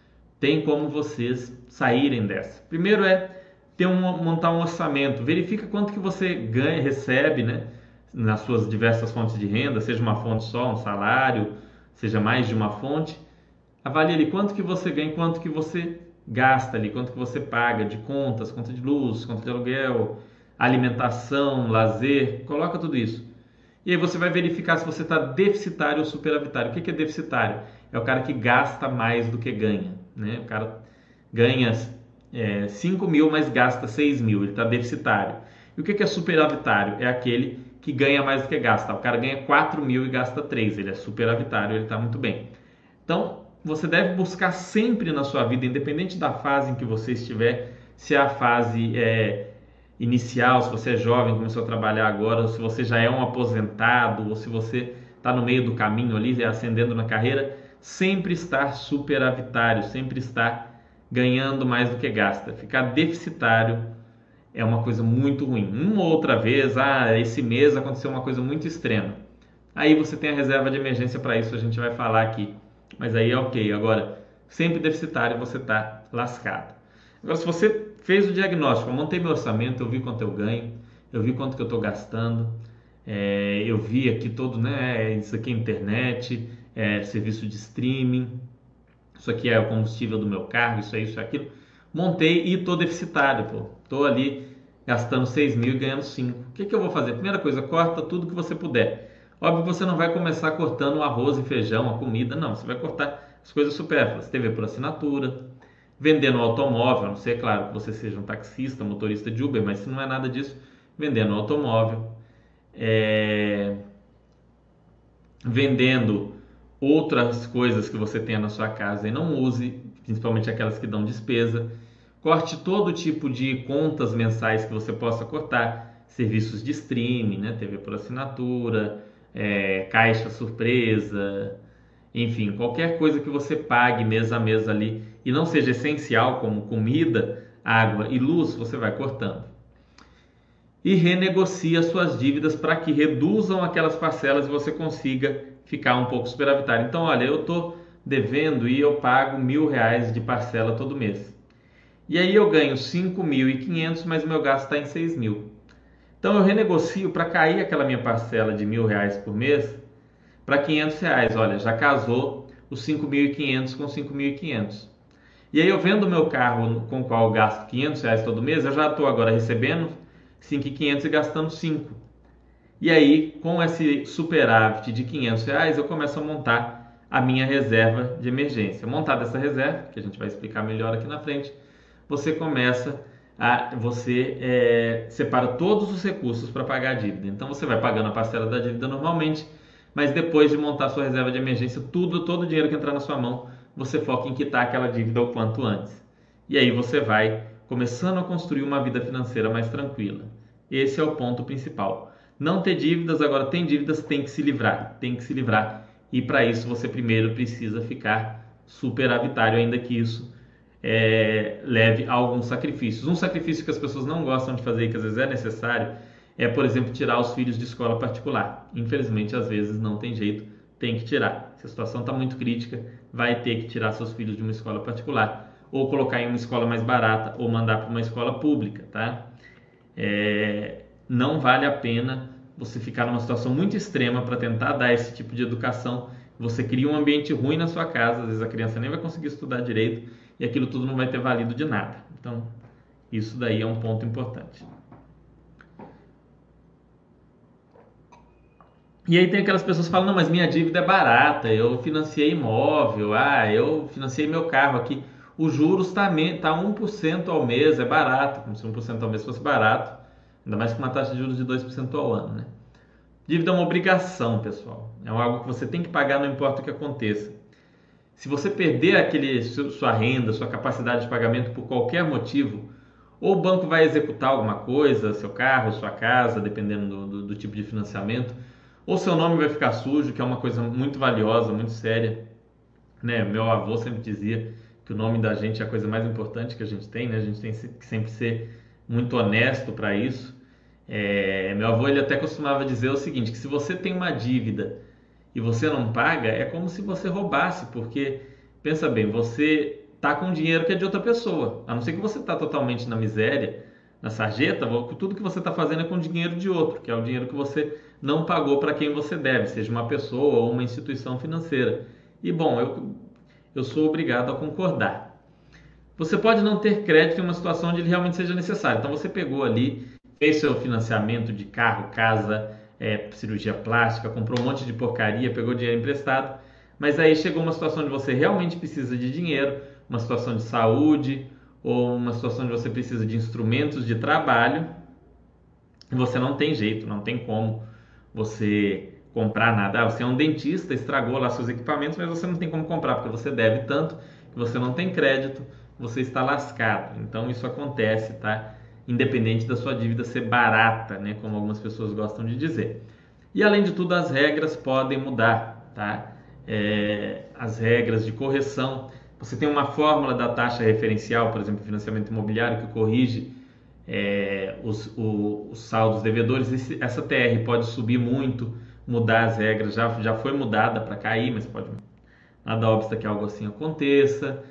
Tem como vocês saírem dessa. Primeiro é ter um, montar um orçamento. Verifica quanto que você ganha, recebe, né? Nas suas diversas fontes de renda, seja uma fonte só, um salário, seja mais de uma fonte. Avalie ali quanto que você ganha, quanto que você gasta ali, quanto que você paga de contas, conta de luz, conta de aluguel, alimentação, lazer, coloca tudo isso. E aí você vai verificar se você está deficitário ou superavitário. O que é deficitário? É o cara que gasta mais do que ganha, né? O cara ganha é, cinco mil, mas gasta seis mil, ele está deficitário. E o que é superavitário? É aquele que ganha mais do que gasta. O cara ganha quatro mil e gasta três, ele é superavitário, ele está muito bem. Então, você deve buscar sempre na sua vida, independente da fase em que você estiver, se é a fase é, inicial, se você é jovem, começou a trabalhar agora, ou se você já é um aposentado, ou se você está no meio do caminho ali, ascendendo na carreira, sempre estar superavitário, sempre estar ganhando mais do que gasta. Ficar deficitário é uma coisa muito ruim. Uma outra vez, ah, esse mês aconteceu uma coisa muito extrema. Aí você tem a reserva de emergência para isso, a gente vai falar aqui. Mas aí é ok. Agora, sempre deficitário, você está lascado. Agora, se você fez o diagnóstico, eu montei meu orçamento, eu vi quanto eu ganho, eu vi quanto que eu estou gastando, é, eu vi aqui todo, né, isso aqui é internet, é serviço de streaming, isso aqui é o combustível do meu carro, isso é isso, é aquilo. Montei e estou deficitário, pô. Estou ali gastando seis mil e ganhando cinco. O que, que eu vou fazer? Primeira coisa, corta tudo que você puder. Óbvio que você não vai começar cortando o arroz e feijão, a comida, não. Você vai cortar as coisas supérfluas. T V por assinatura, vendendo automóvel, a não ser, claro, que você seja um taxista, motorista de Uber, mas se não é nada disso, vendendo automóvel, é... vendendo outras coisas que você tenha na sua casa e não use, principalmente aquelas que dão despesa. Corte todo tipo de contas mensais que você possa cortar, serviços de streaming, né? T V por assinatura, é, caixa surpresa, enfim, qualquer coisa que você pague mês a mês ali e não seja essencial, como comida, água e luz, você vai cortando. E renegocia suas dívidas para que reduzam aquelas parcelas e você consiga ficar um pouco superavitário. Então, olha, eu estou devendo e eu pago mil reais de parcela todo mês. E aí eu ganho cinco mil e quinhentos, mas o meu gasto está em seis mil. Então eu renegocio para cair aquela minha parcela de mil reais por mês para quinhentos reais. Olha, já casou os cinco mil e quinhentos com cinco mil e quinhentos. E aí eu vendo o meu carro com o qual eu gasto quinhentos reais todo mês, eu já estou agora recebendo cinco mil e quinhentos e gastando cinco. E aí, com esse superávit de quinhentos reais, eu começo a montar a minha reserva de emergência. Montada essa reserva, que a gente vai explicar melhor aqui na frente, você começa a, você é, separa todos os recursos para pagar a dívida. Então você vai pagando a parcela da dívida normalmente, mas depois de montar sua reserva de emergência, tudo, todo o dinheiro que entrar na sua mão, você foca em quitar aquela dívida o quanto antes. E aí você vai começando a construir uma vida financeira mais tranquila. Esse é o ponto principal. Não ter dívidas, agora tem dívidas, tem que se livrar, tem que se livrar. E para isso você primeiro precisa ficar superavitário, ainda que isso é, leve a alguns sacrifícios. Um sacrifício que as pessoas não gostam de fazer e que às vezes é necessário é, por exemplo, tirar os filhos de escola particular. Infelizmente, às vezes não tem jeito, tem que tirar. Se a situação está muito crítica, vai ter que tirar seus filhos de uma escola particular ou colocar em uma escola mais barata ou mandar para uma escola pública, tá? É, não vale a pena você ficar numa situação muito extrema para tentar dar esse tipo de educação. Você cria um ambiente ruim na sua casa, às vezes a criança nem vai conseguir estudar direito e aquilo tudo não vai ter valido de nada. Então, isso daí é um ponto importante. E aí tem aquelas pessoas que falam, não, mas minha dívida é barata, eu financiei imóvel, ah, eu financiei meu carro aqui. O juros está tá um por cento ao mês, é barato, como se um por cento ao mês fosse barato, ainda mais com uma taxa de juros de dois por cento ao ano, né? Dívida é uma obrigação, pessoal. É algo que você tem que pagar, não importa o que aconteça. Se você perder aquele, sua renda, sua capacidade de pagamento por qualquer motivo, ou o banco vai executar alguma coisa, seu carro, sua casa, dependendo do, do, do tipo de financiamento, ou seu nome vai ficar sujo, que é uma coisa muito valiosa, muito séria, né? Meu avô sempre dizia que o nome da gente é a coisa mais importante que a gente tem, né? A gente tem que sempre ser muito honesto para isso. É, meu avô ele até costumava dizer o seguinte, que se você tem uma dívida e você não paga, é como se você roubasse, porque pensa bem, você tá com dinheiro que é de outra pessoa, a não ser que você tá totalmente na miséria, na sarjeta, tudo que você está fazendo é com dinheiro de outro, que é o dinheiro que você não pagou para quem você deve, seja uma pessoa ou uma instituição financeira. E bom, eu, eu sou obrigado a concordar. Você pode não ter crédito em uma situação onde ele realmente seja necessário. Então você pegou ali, fez seu financiamento de carro, casa, é, cirurgia plástica, comprou um monte de porcaria, pegou dinheiro emprestado, mas aí chegou uma situação onde você realmente precisa de dinheiro, uma situação de saúde ou uma situação onde você precisa de instrumentos de trabalho e você não tem jeito, não tem como você comprar nada. Ah, você é um dentista, estragou lá seus equipamentos, mas você não tem como comprar porque você deve tanto que você não tem crédito, você está lascado. Então isso acontece, tá? Independente da sua dívida ser barata, né? Como algumas pessoas gostam de dizer. E além de tudo, as regras podem mudar, tá? É, as regras de correção. Você tem uma fórmula da taxa referencial, por exemplo, financiamento imobiliário, que corrige é, os, o, os saldos devedores. Esse, essa T R pode subir muito, mudar as regras. Já, já foi mudada para cair, mas pode nada obsta que algo assim aconteça.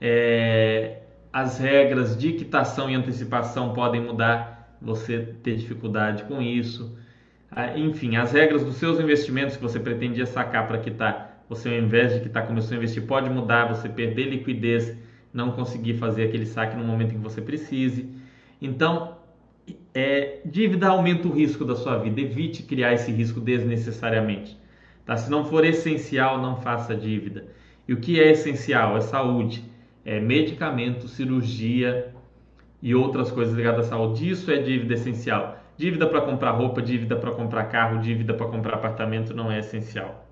É, as regras de quitação e antecipação podem mudar, você ter dificuldade com isso. Enfim, as regras dos seus investimentos que você pretendia sacar para quitar, você ao invés de quitar começou a investir, pode mudar, você perder liquidez, não conseguir fazer aquele saque no momento em que você precise. Então, é, dívida aumenta o risco da sua vida, evite criar esse risco desnecessariamente. Tá? Se não for essencial, não faça dívida. E o que é essencial? É saúde, é medicamento, cirurgia e outras coisas ligadas à saúde. Isso é dívida essencial. Dívida para comprar roupa, dívida para comprar carro, dívida para comprar apartamento não é essencial.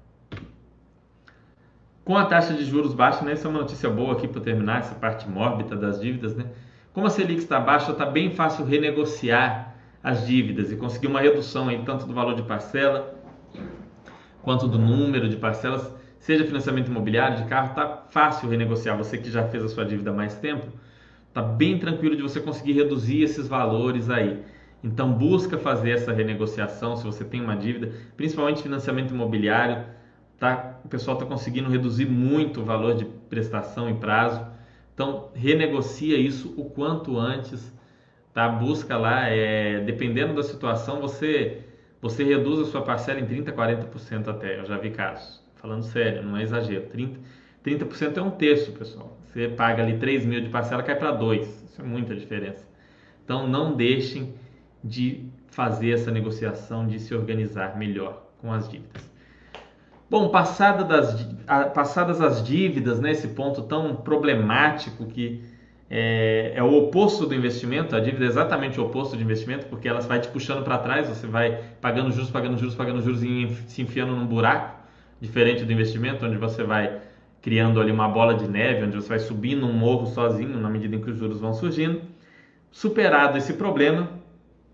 Com a taxa de juros baixa, né? Essa é uma notícia boa aqui para terminar essa parte mórbida das dívidas, né? Como a Selic está baixa, está bem fácil renegociar as dívidas e conseguir uma redução aí tanto do valor de parcela quanto do número de parcelas, seja financiamento imobiliário, de carro, está fácil renegociar. Você que já fez a sua dívida há mais tempo, está bem tranquilo de você conseguir reduzir esses valores aí. Então busca fazer essa renegociação se você tem uma dívida, principalmente financiamento imobiliário, tá? O pessoal está conseguindo reduzir muito o valor de prestação e prazo. Então renegocia isso o quanto antes, tá? Busca lá, é, dependendo da situação, você você reduz a sua parcela em trinta, quarenta por cento até. Eu já vi casos. Falando sério, não é exagero. trinta, trinta por cento é um terço, pessoal. Você paga ali três mil de parcela, cai para dois. Isso é muita diferença. Então não deixem de fazer essa negociação, de se organizar melhor com as dívidas. Bom, passada das, passadas as dívidas, né, esse ponto tão problemático que é, é o oposto do investimento, a dívida é exatamente o oposto do investimento, porque ela vai te puxando para trás, você vai pagando juros, pagando juros, pagando juros e se enfiando num buraco, diferente do investimento, onde você vai criando ali uma bola de neve, onde você vai subindo um morro sozinho, na medida em que os juros vão surgindo. Superado esse problema,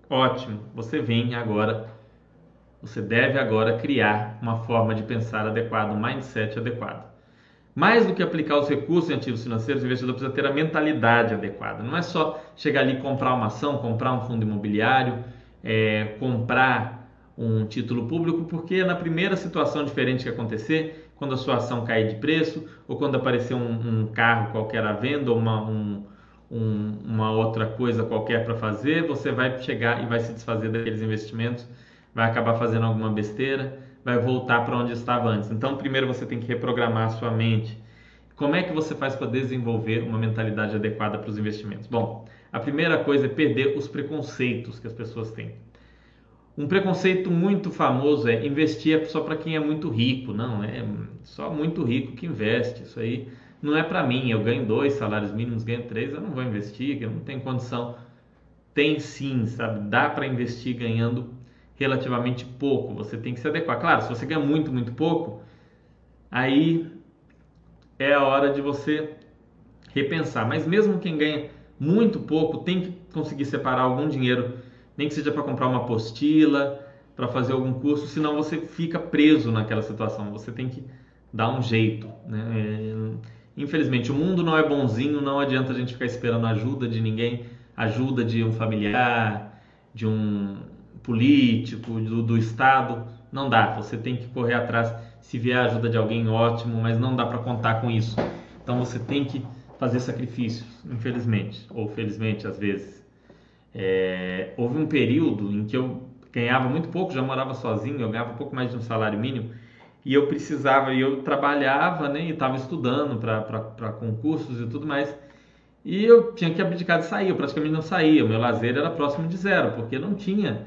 Ótimo, você vem agora, você deve agora criar uma forma de pensar adequada, um mindset adequado. Mais do que aplicar os recursos em ativos financeiros, o investidor precisa ter a mentalidade adequada. Não é só chegar ali e comprar uma ação, comprar um fundo imobiliário, é, comprar um título público, porque na primeira situação diferente que acontecer, quando a sua ação cair de preço, ou quando aparecer um, um carro qualquer à venda, ou uma, um, um, uma outra coisa qualquer para fazer, você vai chegar e vai se desfazer daqueles investimentos, vai acabar fazendo alguma besteira, vai voltar para onde estava antes. Então, primeiro você tem que reprogramar a sua mente. Como é que você faz para desenvolver uma mentalidade adequada para os investimentos? Bom, a primeira coisa é perder os preconceitos que as pessoas têm. Um preconceito muito famoso é investir é só para quem é muito rico. Não, é só muito rico que investe. Isso aí não é para mim. Eu ganho dois salários mínimos, ganho três, eu não vou investir, eu não tenho condição. Tem sim, sabe? Dá para investir ganhando relativamente pouco. Você tem que se adequar. Claro, se você ganha muito, muito pouco, aí é a hora de você repensar. Mas mesmo quem ganha muito pouco tem que conseguir separar algum dinheiro, nem que seja para comprar uma apostila, para fazer algum curso, senão você fica preso naquela situação. Você tem que dar um jeito, né? É, infelizmente, o mundo não é bonzinho, não adianta a gente ficar esperando ajuda de ninguém, ajuda de um familiar, de um político, do, do Estado. Não dá, você tem que correr atrás. Se vier a ajuda de alguém, ótimo, mas não dá para contar com isso. Então você tem que fazer sacrifícios, infelizmente, ou felizmente às vezes. É, houve um período em que eu ganhava muito pouco, já morava sozinho, eu ganhava um pouco mais de um salário mínimo, e eu precisava, e eu trabalhava, né, e estava estudando para concursos e tudo mais, e eu tinha que abdicar de sair, eu praticamente não saía, o meu lazer era próximo de zero, porque não tinha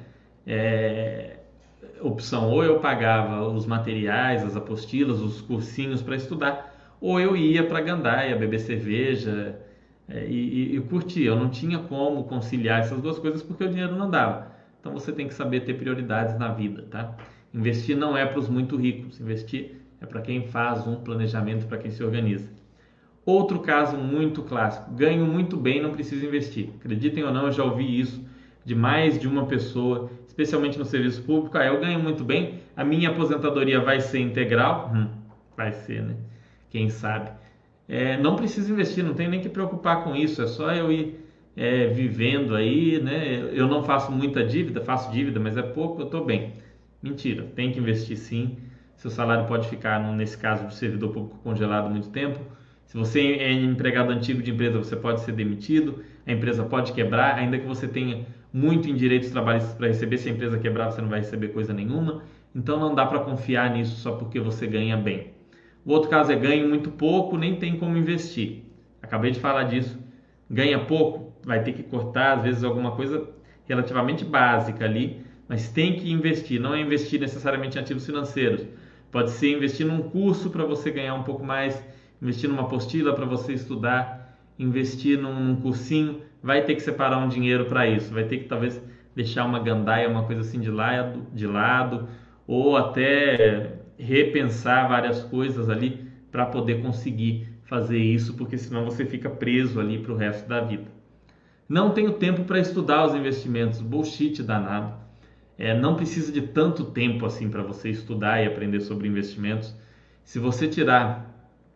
é, opção, ou eu pagava os materiais, as apostilas, os cursinhos para estudar, ou eu ia para Gandaia beber cerveja é, e, e, e curtir. Eu não tinha como conciliar essas duas coisas porque o dinheiro não dava. Então você tem que saber ter prioridades na vida, tá? Investir não é para os muito ricos, investir é para quem faz um planejamento, para quem se organiza. Outro caso muito clássico, ganho muito bem, não preciso investir. Acreditem ou não, eu já ouvi isso de mais de uma pessoa, especialmente no serviço público. Ah, eu ganho muito bem, a minha aposentadoria vai ser integral? Hum, vai ser, né? Quem sabe? É, não preciso investir, não tenho nem que preocupar com isso, é só eu ir é, vivendo aí, né? Eu não faço muita dívida, faço dívida, mas é pouco, eu estou bem. Mentira, tem que investir sim. Seu salário pode ficar, nesse caso de servidor público, congelado muito tempo. Se você é empregado antigo de empresa, você pode ser demitido, a empresa pode quebrar, ainda que você tenha muito em direitos trabalhistas para receber, se a empresa quebrar, você não vai receber coisa nenhuma. Então não dá para confiar nisso só porque você ganha bem. O outro caso é ganho muito pouco, nem tem como investir. Acabei de falar disso. Ganha pouco, vai ter que cortar às vezes alguma coisa relativamente básica ali, mas tem que investir. Não é investir necessariamente em ativos financeiros. Pode ser investir num curso para você ganhar um pouco mais, investir numa apostila para você estudar, investir num, num cursinho. Vai ter que separar um dinheiro para isso. Vai ter que talvez deixar uma gandaia, uma coisa assim de lado, de lado, ou até repensar várias coisas ali para poder conseguir fazer isso, porque senão você fica preso ali para o resto da vida. Não tenho tempo para estudar os investimentos, bullshit danado. É, não precisa de tanto tempo assim para você estudar e aprender sobre investimentos. Se você tirar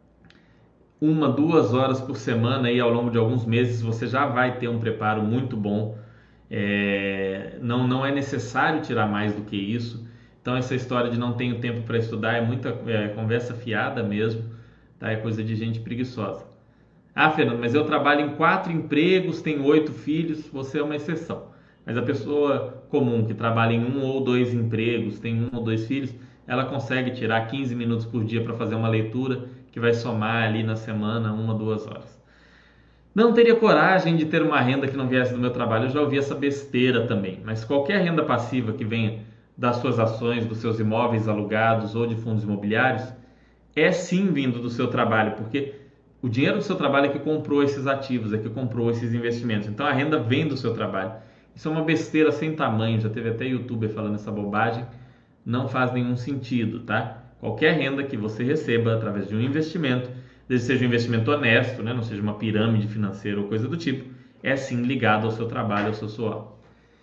uma, duas horas por semana aí ao longo de alguns meses, você já vai ter um preparo muito bom. É, não, não é necessário tirar mais do que isso. Então essa história de não tenho tempo para estudar é muita é, conversa fiada mesmo, tá? É coisa de gente preguiçosa. Ah, Fernando, mas eu trabalho em quatro empregos, tenho oito filhos, você é uma exceção. Mas a pessoa comum que trabalha em um ou dois empregos, tem um ou dois filhos, ela consegue tirar quinze minutos por dia para fazer uma leitura que vai somar ali na semana uma, duas horas. Não teria coragem de ter uma renda que não viesse do meu trabalho, eu já ouvi essa besteira também. Mas qualquer renda passiva que venha das suas ações, dos seus imóveis alugados ou de fundos imobiliários, é sim vindo do seu trabalho, porque o dinheiro do seu trabalho é que comprou esses ativos, é que comprou esses investimentos. Então a renda vem do seu trabalho. Isso é uma besteira sem tamanho, já teve até youtuber falando essa bobagem, não faz nenhum sentido, tá? Qualquer renda que você receba através de um investimento, desde que seja um investimento honesto, né? Não seja uma pirâmide financeira ou coisa do tipo, é sim ligado ao seu trabalho, ao seu suor.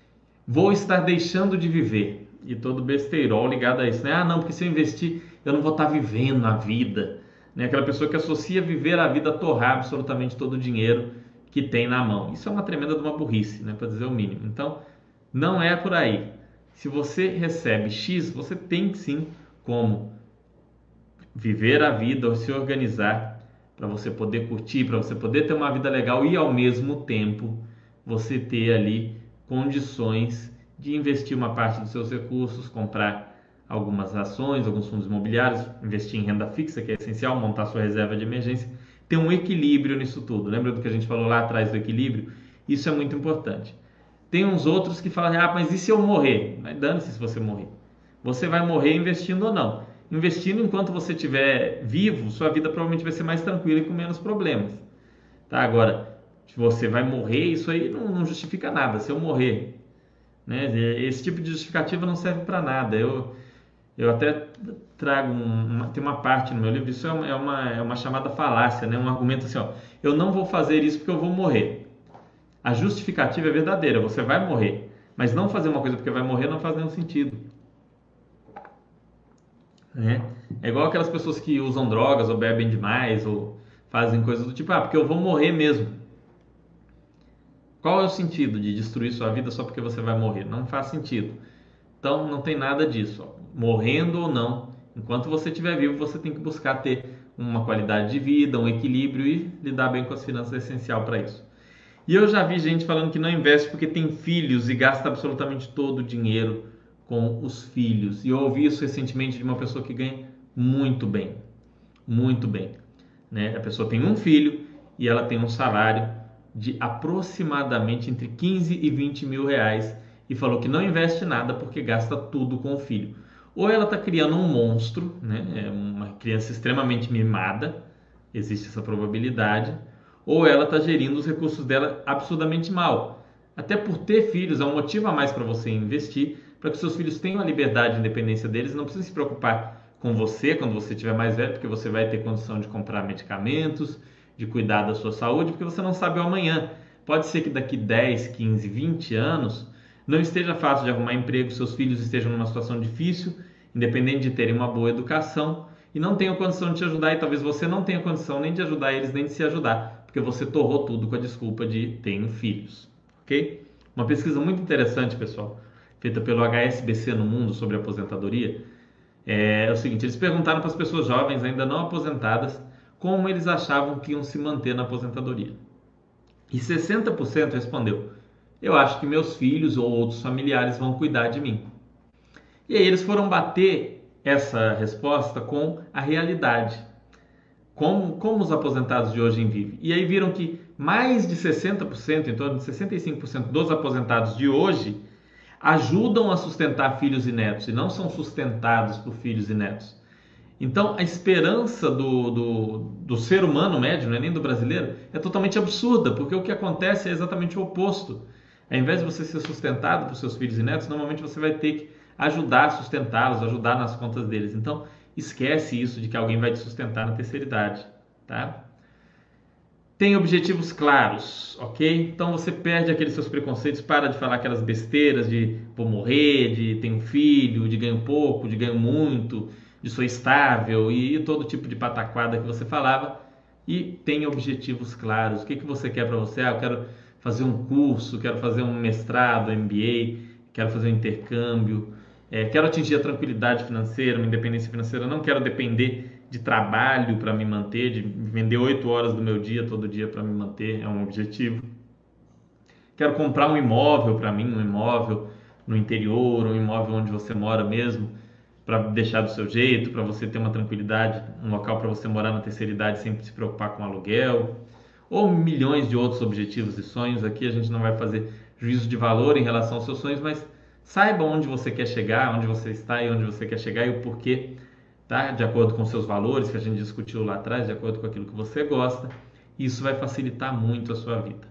Vou estar deixando de viver. E todo besteirol ligado a isso, né? Ah, não, porque se eu investir, eu não vou estar vivendo a vida. Né? Aquela pessoa que associa viver a vida a torrar absolutamente todo o dinheiro que tem na mão. Isso é uma tremenda de uma burrice, né? Para dizer o mínimo. Então, não é por aí. Se você recebe X, você tem sim como viver a vida ou se organizar para você poder curtir, para você poder ter uma vida legal e ao mesmo tempo você ter ali condições de investir uma parte dos seus recursos, comprar algumas ações, alguns fundos imobiliários, investir em renda fixa, que é essencial, montar sua reserva de emergência, ter um equilíbrio nisso tudo. Lembra do que a gente falou lá atrás do equilíbrio? Isso é muito importante. Tem uns outros que falam, ah, mas e se eu morrer? Mas dane-se se você morrer. Você vai morrer investindo ou não. Investindo enquanto você estiver vivo, sua vida provavelmente vai ser mais tranquila e com menos problemas. Tá? Agora, se você vai morrer, isso aí não, não justifica nada. Se eu morrer, né? Esse tipo de justificativa não serve para nada. Eu, eu até trago um, uma, tem uma parte no meu livro, isso é uma, é uma, é uma chamada falácia, né? Um argumento assim, ó, eu não vou fazer isso porque eu vou morrer. A justificativa é verdadeira, você vai morrer, mas não fazer uma coisa porque vai morrer não faz nenhum sentido. Né? É igual aquelas pessoas que usam drogas ou bebem demais ou fazem coisas do tipo, ah, porque eu vou morrer mesmo. Qual é o sentido de destruir sua vida só porque você vai morrer? Não faz sentido. Então não tem nada disso. Ó. Morrendo ou não, enquanto você estiver vivo, você tem que buscar ter uma qualidade de vida, um equilíbrio e lidar bem com as finanças é essencial para isso. E eu já vi gente falando que não investe porque tem filhos e gasta absolutamente todo o dinheiro com os filhos. E eu ouvi isso recentemente de uma pessoa que ganha muito bem, muito bem. Né? A pessoa tem um filho e ela tem um salário de aproximadamente entre quinze e vinte mil reais e falou que não investe nada porque gasta tudo com o filho. Ou ela está criando um monstro, né? É uma criança extremamente mimada, existe essa probabilidade, ou ela está gerindo os recursos dela absurdamente mal. Até por ter filhos é um motivo a mais para você investir, para que seus filhos tenham a liberdade e independência deles, não precisem se preocupar com você quando você estiver mais velho, porque você vai ter condição de comprar medicamentos, de cuidar da sua saúde, porque você não sabe o amanhã. Pode ser que daqui dez, quinze, vinte anos não esteja fácil de arrumar emprego, seus filhos estejam numa situação difícil, independente de terem uma boa educação, e não tenham condição de te ajudar, e talvez você não tenha condição nem de ajudar eles, nem de se ajudar, porque você torrou tudo com a desculpa de tenho filhos, ok? Uma pesquisa muito interessante, pessoal, feita pelo H S B C no mundo sobre aposentadoria, é o seguinte, eles perguntaram para as pessoas jovens ainda não aposentadas como eles achavam que iam se manter na aposentadoria. E sessenta por cento respondeu, eu acho que meus filhos ou outros familiares vão cuidar de mim. E aí eles foram bater essa resposta com a realidade. Como, como os aposentados de hoje vivem. E aí viram que mais de sessenta por cento, em torno de sessenta e cinco por cento dos aposentados de hoje ajudam a sustentar filhos e netos e não são sustentados por filhos e netos. Então a esperança do, do, do ser humano médio, não é nem do brasileiro, é totalmente absurda, porque o que acontece é exatamente o oposto. Ao invés de você ser sustentado por seus filhos e netos, normalmente você vai ter que ajudar a sustentá-los, ajudar nas contas deles. Então esquece isso de que alguém vai te sustentar na terceira idade, tá? Tem objetivos claros, ok? Então você perde aqueles seus preconceitos, para de falar aquelas besteiras de vou morrer, de tenho um filho, de ganho pouco, de ganho muito, de sou estável e todo tipo de pataquada que você falava. E tem objetivos claros. O que, que você quer para você? Ah, eu quero fazer um curso, quero fazer um mestrado, M B A, quero fazer um intercâmbio, é, quero atingir a tranquilidade financeira, uma independência financeira, não quero depender de trabalho para me manter, de vender oito horas do meu dia todo dia para me manter, é um objetivo. Quero comprar um imóvel para mim, um imóvel no interior, um imóvel onde você mora mesmo, para deixar do seu jeito, para você ter uma tranquilidade, um local para você morar na terceira idade sem se preocupar com aluguel, ou milhões de outros objetivos e sonhos. Aqui a gente não vai fazer juízo de valor em relação aos seus sonhos, mas saiba onde você quer chegar, onde você está e onde você quer chegar e o porquê. Tá? De acordo com seus valores que a gente discutiu lá atrás, de acordo com aquilo que você gosta, isso vai facilitar muito a sua vida.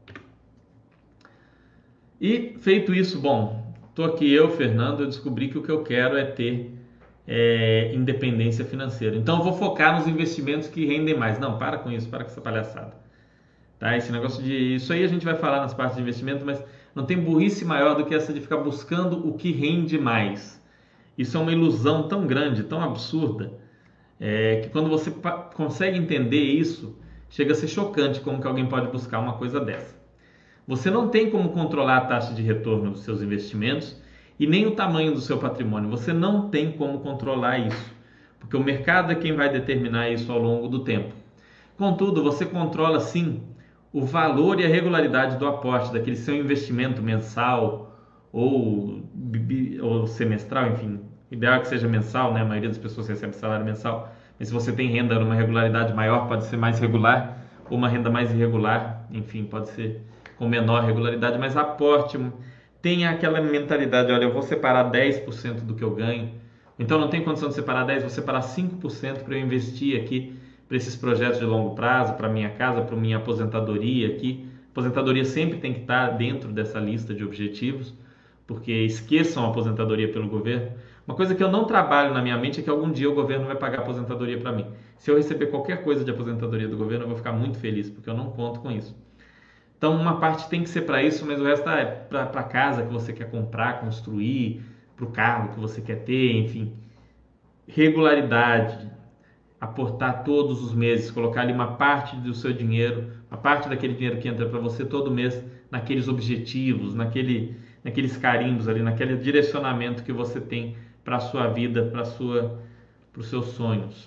E feito isso, bom, estou aqui eu, Fernando, eu descobri que o que eu quero é ter é, independência financeira. Então eu vou focar nos investimentos que rendem mais. Não, para com isso, para com essa palhaçada. Tá? Esse negócio de... Isso aí a gente vai falar nas partes de investimento, mas Não tem burrice maior do que essa de ficar buscando o que rende mais. Isso é uma ilusão tão grande, tão absurda, é, que quando você consegue entender isso, chega a ser chocante como que alguém pode buscar uma coisa dessa. Você não tem como controlar a taxa de retorno dos seus investimentos e nem o tamanho do seu patrimônio. Você não tem como controlar isso, porque o mercado é quem vai determinar isso ao longo do tempo. Contudo, você controla sim o valor e a regularidade do aporte, daquele seu investimento mensal ou, ou semestral, enfim. O ideal é que seja mensal, né? A maioria das pessoas recebe salário mensal. Mas se você tem renda numa regularidade maior, pode ser mais regular, ou uma renda mais irregular, enfim, pode ser com menor regularidade, mas aporte, tenha aquela mentalidade, olha, eu vou separar dez por cento do que eu ganho, então não tem condição de separar dez por cento, vou separar cinco por cento para eu investir aqui, para esses projetos de longo prazo, para minha casa, para minha aposentadoria aqui. Aposentadoria sempre tem que estar dentro dessa lista de objetivos, porque esqueçam a aposentadoria pelo governo. Uma coisa que eu não trabalho na minha mente é que algum dia o governo vai pagar aposentadoria para mim. Se eu receber qualquer coisa de aposentadoria do governo, eu vou ficar muito feliz, porque eu não conto com isso. Então, uma parte tem que ser para isso, mas o resto é para a casa que você quer comprar, construir, para o carro que você quer ter, enfim. Regularidade, aportar todos os meses, colocar ali uma parte do seu dinheiro, uma parte daquele dinheiro que entra para você todo mês, naqueles objetivos, naquele, naqueles carimbos ali, naquele direcionamento que você tem para a sua vida, para sua, para os seus sonhos.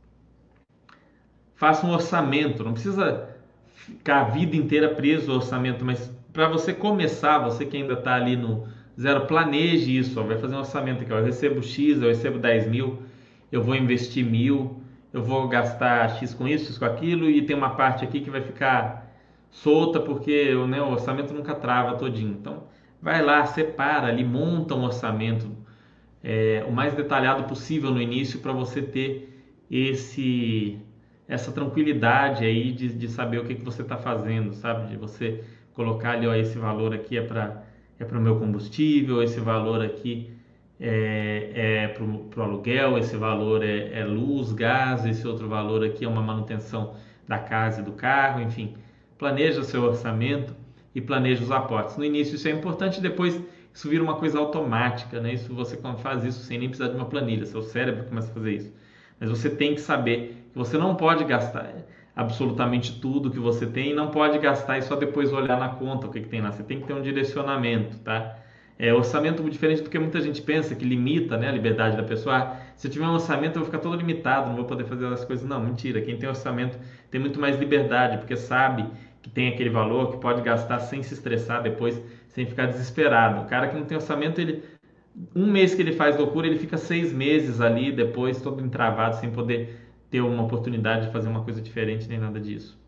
Faça um orçamento, não precisa ficar a vida inteira preso ao orçamento, mas para você começar, você que ainda está ali no zero, planeje isso, ó, vai fazer um orçamento aqui, ó, eu recebo X, eu recebo dez mil, eu vou investir mil, eu vou gastar X com isso, X com aquilo, e tem uma parte aqui que vai ficar solta, porque né, o orçamento nunca trava todinho. Então, vai lá, separa ali, monta um orçamento é, o mais detalhado possível no início para você ter esse... essa tranquilidade aí de, de saber o que, que você está fazendo, sabe? De você colocar ali, ó, esse valor aqui é para é para o meu combustível, esse valor aqui é, é para o aluguel, esse valor é, é luz, gás, esse outro valor aqui é uma manutenção da casa e do carro, enfim. Planeja seu orçamento e planeja os aportes. No início isso é importante, depois isso vira uma coisa automática, né? Isso você faz isso sem nem precisar de uma planilha, seu cérebro começa a fazer isso. Mas você tem que saber que você não pode gastar absolutamente tudo que você tem e não pode gastar e só depois olhar na conta o que, que tem lá. Você tem que ter um direcionamento, tá? É, orçamento diferente do que muita gente pensa, que limita, né, a liberdade da pessoa. Ah, se eu tiver um orçamento eu vou ficar todo limitado, não vou poder fazer as coisas. Não, mentira. Quem tem orçamento tem muito mais liberdade, porque sabe que tem aquele valor, que pode gastar sem se estressar depois, sem ficar desesperado. O cara que não tem orçamento, ele... um mês que ele faz loucura, ele fica seis meses ali, depois todo entravado, sem poder ter uma oportunidade de fazer uma coisa diferente, nem nada disso.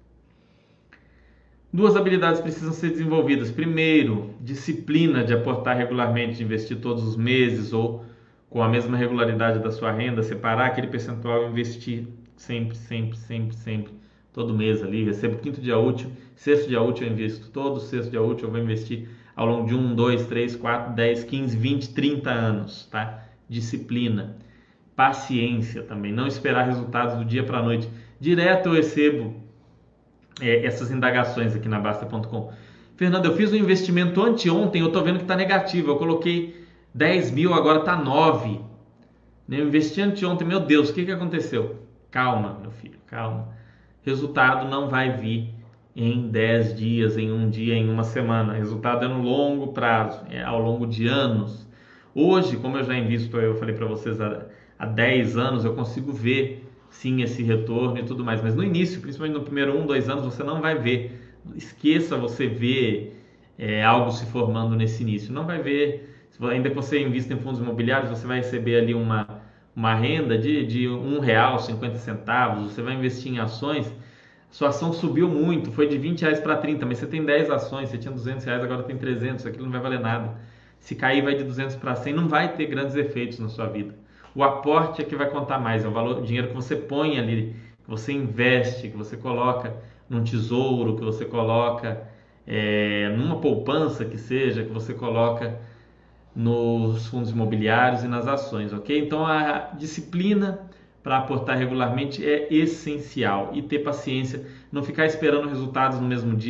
Duas habilidades precisam ser desenvolvidas. Primeiro, disciplina de aportar regularmente, de investir todos os meses ou com a mesma regularidade da sua renda, separar aquele percentual e investir sempre, sempre, sempre, sempre, todo mês ali. Recebo quinto dia útil, sexto dia útil eu invisto todo, sexto dia útil eu vou investir ao longo de um, dois, três, quatro, dez, quinze, vinte, trinta anos, tá? Disciplina. Paciência também, não esperar resultados do dia para a noite. Direto eu recebo é, essas indagações aqui na Basta ponto com. Fernando, eu fiz um investimento anteontem, eu estou vendo que está negativo, eu coloquei dez mil, agora está nove. Eu investi anteontem, meu Deus, o que, que aconteceu? Calma, meu filho, calma. Resultado não vai vir em dez dias, em um dia, em uma semana. Resultado é no longo prazo, é ao longo de anos. Hoje, como eu já invisto, eu falei para vocês há, há dez anos, eu consigo ver sim esse retorno e tudo mais. Mas no início, principalmente no primeiro um, dois anos, você não vai ver. Esqueça você ver é, algo se formando nesse início. Não vai ver. Ainda que você invista em fundos imobiliários, você vai receber ali uma, uma renda de, de um real e cinquenta centavos. Você vai investir em ações. Sua ação subiu muito, foi de vinte reais para trinta, mas você tem dez ações, você tinha duzentos reais, agora tem trezentos, aquilo não vai valer nada. Se cair vai de duzentos para cem, não vai ter grandes efeitos na sua vida. O aporte é que vai contar mais, é o valor, o dinheiro que você põe ali, que você investe, que você coloca num tesouro, que você coloca é, numa poupança que seja, que você coloca nos fundos imobiliários e nas ações, ok? Então a disciplina para aportar regularmente é essencial e ter paciência, não ficar esperando resultados no mesmo dia.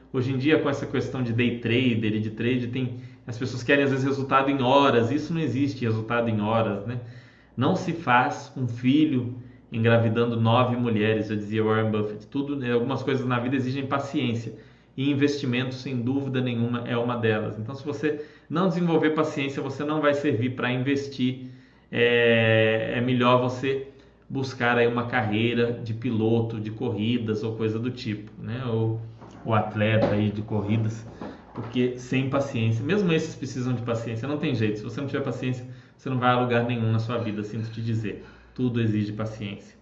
Hoje em dia, com essa questão de day trader e de trade, tem, as pessoas querem às vezes resultado em horas. Isso não existe resultado em horas, né? Não se faz um filho engravidando nove mulheres, já dizia Warren Buffett. Tudo, né, algumas coisas na vida exigem paciência. E investimento, sem dúvida nenhuma, é uma delas. Então, se você não desenvolver paciência, você não vai servir para investir. É, é melhor você buscar aí uma carreira de piloto de corridas ou coisa do tipo, né? Ou o atleta aí de corridas, porque sem paciência, mesmo esses precisam de paciência, não tem jeito. Se você não tiver paciência, você não vai a lugar nenhum na sua vida, sinto te dizer. Tudo exige paciência.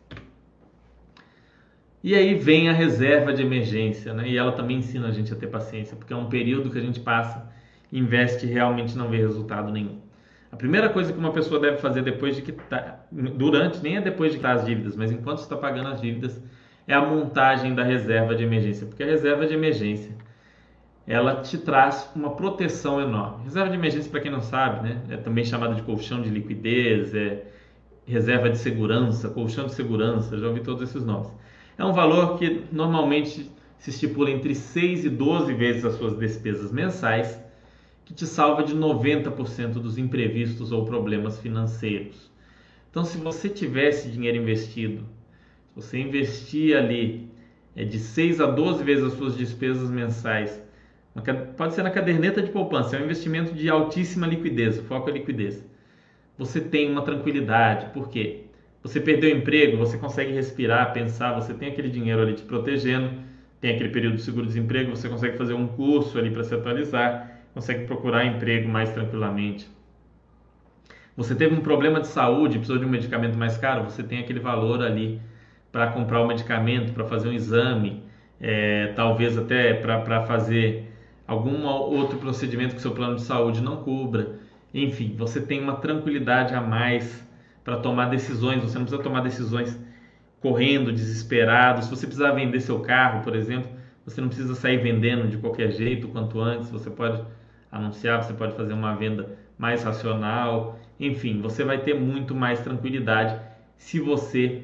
E aí vem a reserva de emergência, né? E ela também ensina a gente a ter paciência, porque é um período que a gente passa, investe e realmente não vê resultado nenhum. A primeira coisa que uma pessoa deve fazer depois de que tá, durante, nem é depois de quitar as dívidas, mas enquanto está pagando as dívidas, é a montagem da reserva de emergência, porque a reserva de emergência, ela te traz uma proteção enorme. Reserva de emergência, para quem não sabe, né, é também chamada de colchão de liquidez, é reserva de segurança, colchão de segurança, já ouvi todos esses nomes. É um valor que normalmente se estipula entre seis e doze vezes as suas despesas mensais, que te salva de noventa por cento dos imprevistos ou problemas financeiros. Então, se você tivesse dinheiro investido, se você investir ali é, de seis a doze vezes as suas despesas mensais, pode ser na caderneta de poupança, é um investimento de altíssima liquidez, o foco é liquidez. Você tem uma tranquilidade, por quê? Você perdeu o emprego, você consegue respirar, pensar, você tem aquele dinheiro ali te protegendo, tem aquele período de seguro-desemprego, você consegue fazer um curso ali para se atualizar, consegue procurar emprego mais tranquilamente. Você teve um problema de saúde, precisou de um medicamento mais caro, você tem aquele valor ali para comprar o medicamento, para fazer um exame, é, talvez até para fazer algum outro procedimento que seu plano de saúde não cubra. Enfim, você tem uma tranquilidade a mais para tomar decisões, você não precisa tomar decisões correndo, desesperado. Se você precisar vender seu carro, por exemplo, você não precisa sair vendendo de qualquer jeito, quanto antes, você pode anunciar, você pode fazer uma venda mais racional, enfim, você vai ter muito mais tranquilidade se você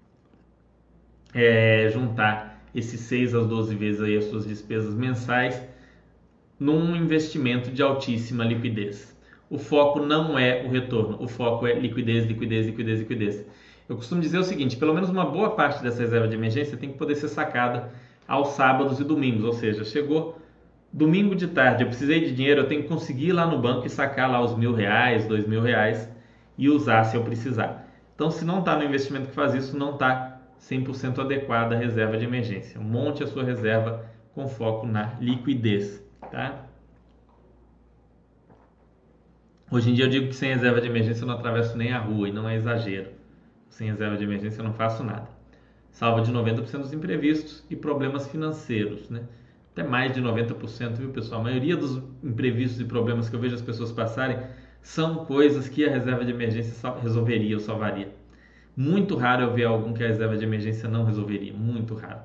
é, juntar esses seis às doze vezes aí as suas despesas mensais num investimento de altíssima liquidez. O foco não é o retorno, o foco é liquidez, liquidez, liquidez, liquidez. Eu costumo dizer o seguinte, pelo menos uma boa parte dessa reserva de emergência tem que poder ser sacada aos sábados e domingos, ou seja, chegou domingo de tarde, eu precisei de dinheiro, eu tenho que conseguir ir lá no banco e sacar lá os mil reais, dois mil reais e usar se eu precisar. Então, se não está no investimento que faz isso, não está cem por cento adequada a reserva de emergência. Monte a sua reserva com foco na liquidez, tá? Hoje em dia eu digo que sem reserva de emergência eu não atravesso nem a rua, e não é exagero. Sem reserva de emergência eu não faço nada. Salva de noventa por cento dos imprevistos e problemas financeiros, né? Até mais de noventa por cento, viu, pessoal? A maioria dos imprevistos e problemas que eu vejo as pessoas passarem são coisas que a reserva de emergência resolveria ou salvaria. Muito raro eu ver algum que a reserva de emergência não resolveria, muito raro.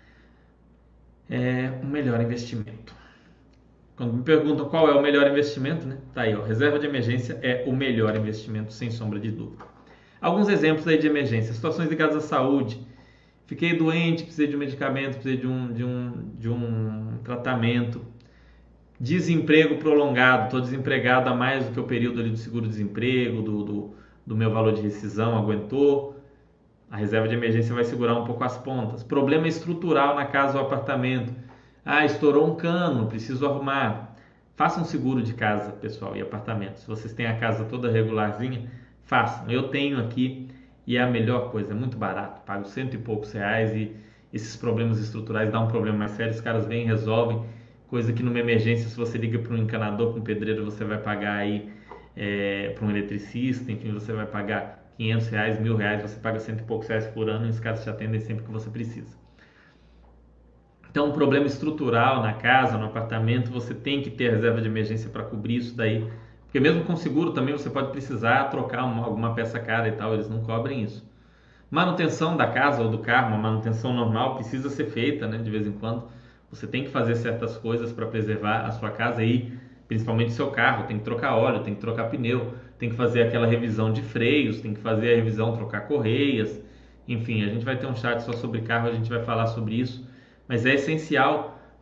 É um melhor investimento. Quando me perguntam qual é o melhor investimento, né? Tá aí, ó, reserva de emergência é o melhor investimento, sem sombra de dúvida. Alguns exemplos aí de emergência, situações ligadas à saúde. Fiquei doente, precisei de um medicamento, precisei de um, de um, de um tratamento. Desemprego prolongado, estou desempregado há mais do que o período ali do seguro-desemprego, do, do, do meu valor de rescisão, aguentou. A reserva de emergência vai segurar um pouco as pontas. Problema estrutural na casa ou apartamento. Ah, estourou um cano, preciso arrumar. Faça um seguro de casa, pessoal, e apartamento. Se vocês têm a casa toda regularzinha, façam. Eu tenho aqui e é a melhor coisa, é muito barato. Pago cento e poucos reais e esses problemas estruturais dão um problema mais sério. Os caras vêm e resolvem. Coisa que numa emergência, se você liga para um encanador, para um pedreiro, você vai pagar aí é, para um eletricista, enfim, você vai pagar quinhentos reais, mil reais, você paga cento e poucos reais por ano e os caras te atendem sempre que você precisa. Então, um problema estrutural na casa, no apartamento, você tem que ter reserva de emergência para cobrir isso daí. Porque mesmo com seguro também você pode precisar trocar uma, alguma peça cara e tal, eles não cobrem isso. Manutenção da casa ou do carro, uma manutenção normal precisa ser feita, né, de vez em quando. Você tem que fazer certas coisas para preservar a sua casa e principalmente o seu carro. Tem que trocar óleo, tem que trocar pneu, tem que fazer aquela revisão de freios, tem que fazer a revisão, trocar correias. Enfim, a gente vai ter um chat só sobre carro, a gente vai falar sobre isso. Mas é essencial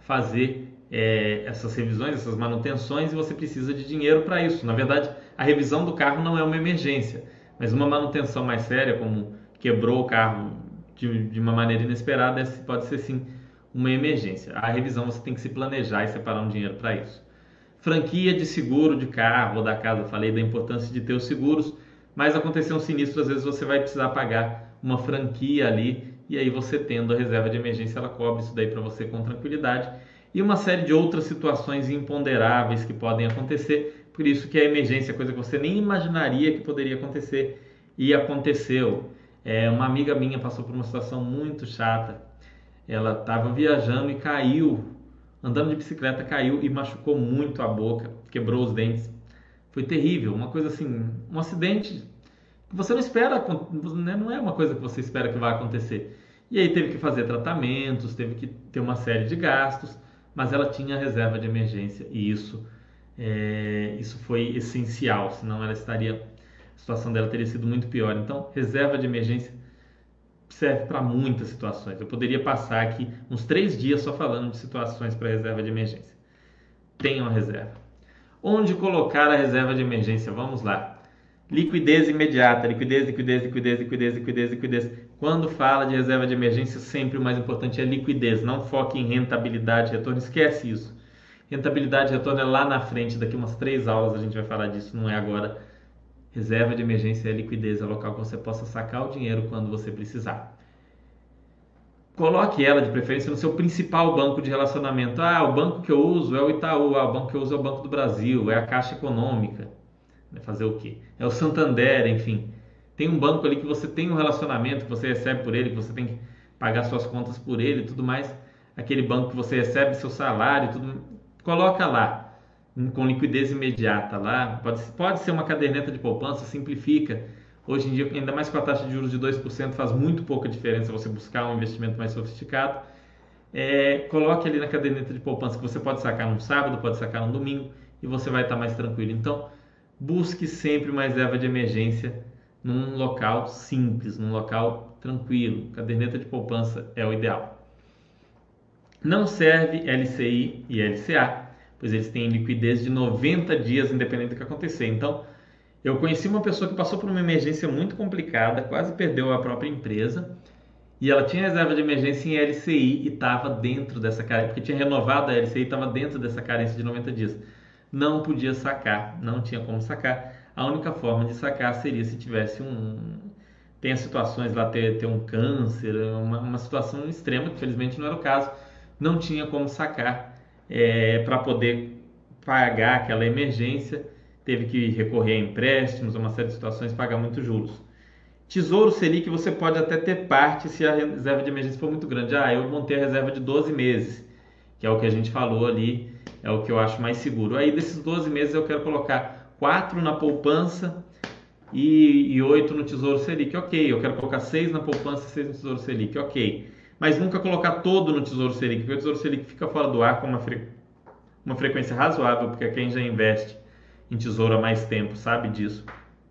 fazer é, essas revisões, essas manutenções, e você precisa de dinheiro para isso. Na verdade, a revisão do carro não é uma emergência, mas uma manutenção mais séria, como quebrou o carro de, de uma maneira inesperada, pode ser sim uma emergência. A revisão você tem que se planejar e separar um dinheiro para isso. Franquia de seguro de carro ou da casa, falei da importância de ter os seguros, mas acontecer um sinistro, às vezes você vai precisar pagar uma franquia ali, e aí você tendo a reserva de emergência, ela cobre isso daí para você com tranquilidade, e uma série de outras situações imponderáveis que podem acontecer, por isso que a emergência é coisa que você nem imaginaria que poderia acontecer, e aconteceu. É, uma amiga minha passou por uma situação muito chata, ela estava viajando e caiu, andando de bicicleta, caiu e machucou muito a boca, quebrou os dentes. Foi terrível, uma coisa assim, um acidente que você não espera, né? Não é uma coisa que você espera que vai acontecer. E aí teve que fazer tratamentos, teve que ter uma série de gastos, mas ela tinha reserva de emergência e isso, é, isso foi essencial, senão ela estaria, a situação dela teria sido muito pior. Então, reserva de emergência serve para muitas situações. Eu poderia passar aqui uns três dias só falando de situações para reserva de emergência. Tenha uma reserva. Onde colocar a reserva de emergência? Vamos lá. Liquidez imediata, liquidez, liquidez, liquidez, liquidez, liquidez, liquidez. Quando fala de reserva de emergência, sempre o mais importante é liquidez. Não foque em rentabilidade, retorno, esquece isso. Rentabilidade e retorno é lá na frente, daqui umas três aulas a gente vai falar disso, não é agora. Reserva de emergência é liquidez, é local que você possa sacar o dinheiro quando você precisar. Coloque ela de preferência no seu principal banco de relacionamento. Ah, o banco que eu uso é o Itaú, ah, o banco que eu uso é o Banco do Brasil, é a Caixa Econômica. Fazer o quê? É o Santander, enfim. Tem um banco ali que você tem um relacionamento, que você recebe por ele, que você tem que pagar suas contas por ele e tudo mais. Aquele banco que você recebe seu salário e tudo. Coloca lá, com liquidez imediata lá. Pode, pode ser uma caderneta de poupança, simplifica. Hoje em dia, ainda mais com a taxa de juros de dois por cento, faz muito pouca diferença você buscar um investimento mais sofisticado. É, coloque ali na caderneta de poupança que você pode sacar num sábado, pode sacar num domingo e você vai estar mais tranquilo. Então, busque sempre uma reserva de emergência num local simples, num local tranquilo. Caderneta de poupança é o ideal. Não serve L C I e L C A, pois eles têm liquidez de noventa dias, independente do que acontecer. Então, eu conheci uma pessoa que passou por uma emergência muito complicada, quase perdeu a própria empresa, e ela tinha reserva de emergência em L C I e estava dentro dessa carência, porque tinha renovado a L C I e estava dentro dessa carência de noventa dias. Não podia sacar, não tinha como sacar. A única forma de sacar seria se tivesse um... Tem as situações lá, ter, ter um câncer, uma, uma situação extrema, que felizmente não era o caso. Não tinha como sacar é, para poder pagar aquela emergência. Teve que recorrer a empréstimos, uma série de situações, pagar muitos juros. Tesouro Selic você pode até ter parte se a reserva de emergência for muito grande. Ah, eu montei a reserva de doze meses, que é o que a gente falou ali, é o que eu acho mais seguro. Aí desses doze meses eu quero colocar quatro na poupança e, e oito no Tesouro Selic, ok. Eu quero colocar seis na poupança e seis no Tesouro Selic, ok. Mas nunca colocar todo no Tesouro Selic, porque o Tesouro Selic fica fora do ar com uma, fre... uma frequência razoável, porque quem já investe em tesouro há mais tempo sabe disso.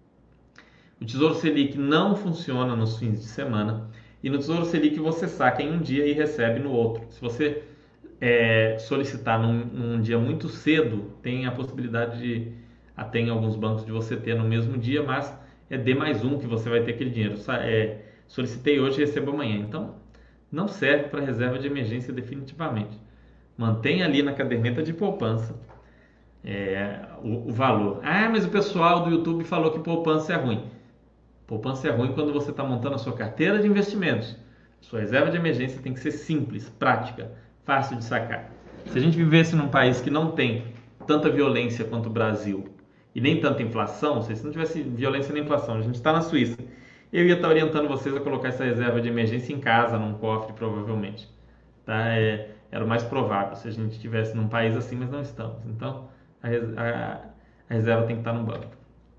O Tesouro Selic não funciona nos fins de semana e no Tesouro Selic você saca em um dia e recebe no outro. Se você é, solicitar num, num dia muito cedo, tem a possibilidade de, até em alguns bancos, de você ter no mesmo dia, mas é D mais um que você vai ter aquele dinheiro. É, solicitei hoje e recebo amanhã. Então, não serve para reserva de emergência definitivamente. Mantenha ali na caderneta de poupança é, o, o valor. Ah, mas o pessoal do YouTube falou que poupança é ruim. Poupança é ruim quando você está montando a sua carteira de investimentos. Sua reserva de emergência tem que ser simples, prática, fácil de sacar. Se a gente vivesse num país que não tem tanta violência quanto o Brasil e nem tanta inflação, ou seja, se não tivesse violência nem inflação, a gente está na Suíça, eu ia estar orientando vocês a colocar essa reserva de emergência em casa, num cofre, provavelmente. Tá? É, era o mais provável se a gente estivesse num país assim, mas não estamos. Então, a, a, a reserva tem que estar no banco.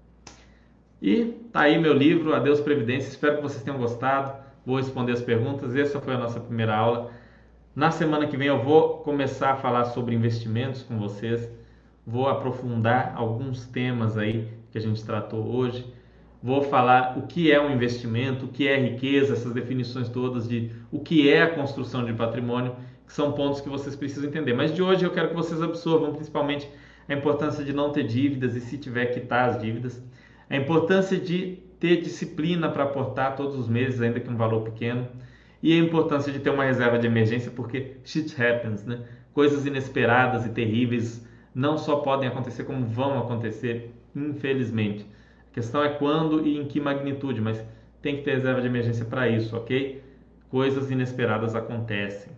E tá aí meu livro, Adeus Previdência. Espero que vocês tenham gostado. Vou responder as perguntas. Essa foi a nossa primeira aula. Na semana que vem eu vou começar a falar sobre investimentos com vocês. Vou aprofundar alguns temas aí que a gente tratou hoje. Vou falar o que é um investimento, o que é riqueza, essas definições todas de o que é a construção de patrimônio, que são pontos que vocês precisam entender. Mas de hoje eu quero que vocês absorvam principalmente a importância de não ter dívidas e, se tiver, quitar as dívidas. A importância de ter disciplina para aportar todos os meses, ainda que um valor pequeno. E a importância de ter uma reserva de emergência, porque shit happens, né? Coisas inesperadas e terríveis não só podem acontecer, como vão acontecer, infelizmente. A questão é quando e em que magnitude, mas tem que ter reserva de emergência para isso, ok? Coisas inesperadas acontecem.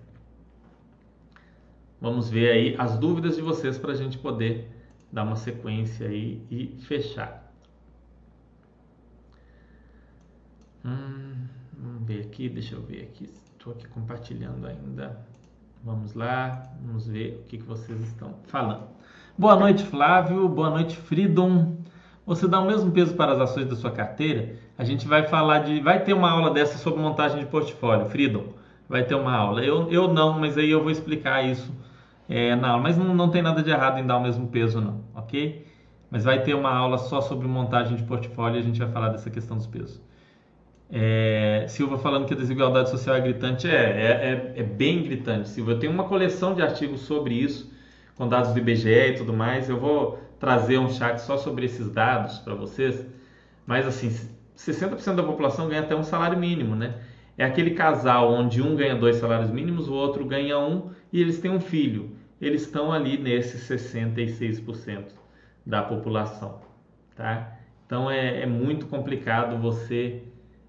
Vamos ver aí as dúvidas de vocês para a gente poder dar uma sequência aí e fechar. Hum, vamos ver aqui, deixa eu ver aqui. Estou aqui compartilhando ainda. Vamos lá, vamos ver o que, que vocês estão falando. Boa noite, Flávio. Boa noite, Freedom. Você dá o mesmo peso para as ações da sua carteira? A gente vai falar de... Vai ter uma aula dessa sobre montagem de portfólio, Freedom. Vai ter uma aula. Eu, eu não, mas aí eu vou explicar isso é, na aula. Mas não, não tem nada de errado em dar o mesmo peso, não, ok? Mas vai ter uma aula só sobre montagem de portfólio e a gente vai falar dessa questão dos pesos. É, Silva falando que a desigualdade social é gritante. É, é, é, é bem gritante, Silva. Eu tenho uma coleção de artigos sobre isso, com dados do I B G E e tudo mais. Eu vou trazer um chat só sobre esses dados para vocês. Mas assim, sessenta por cento da população ganha até um salário mínimo, né? É aquele casal onde um ganha dois salários mínimos, o outro ganha um e eles têm um filho. Eles estão ali nesses sessenta e seis por cento da população, tá? Então é, é muito complicado você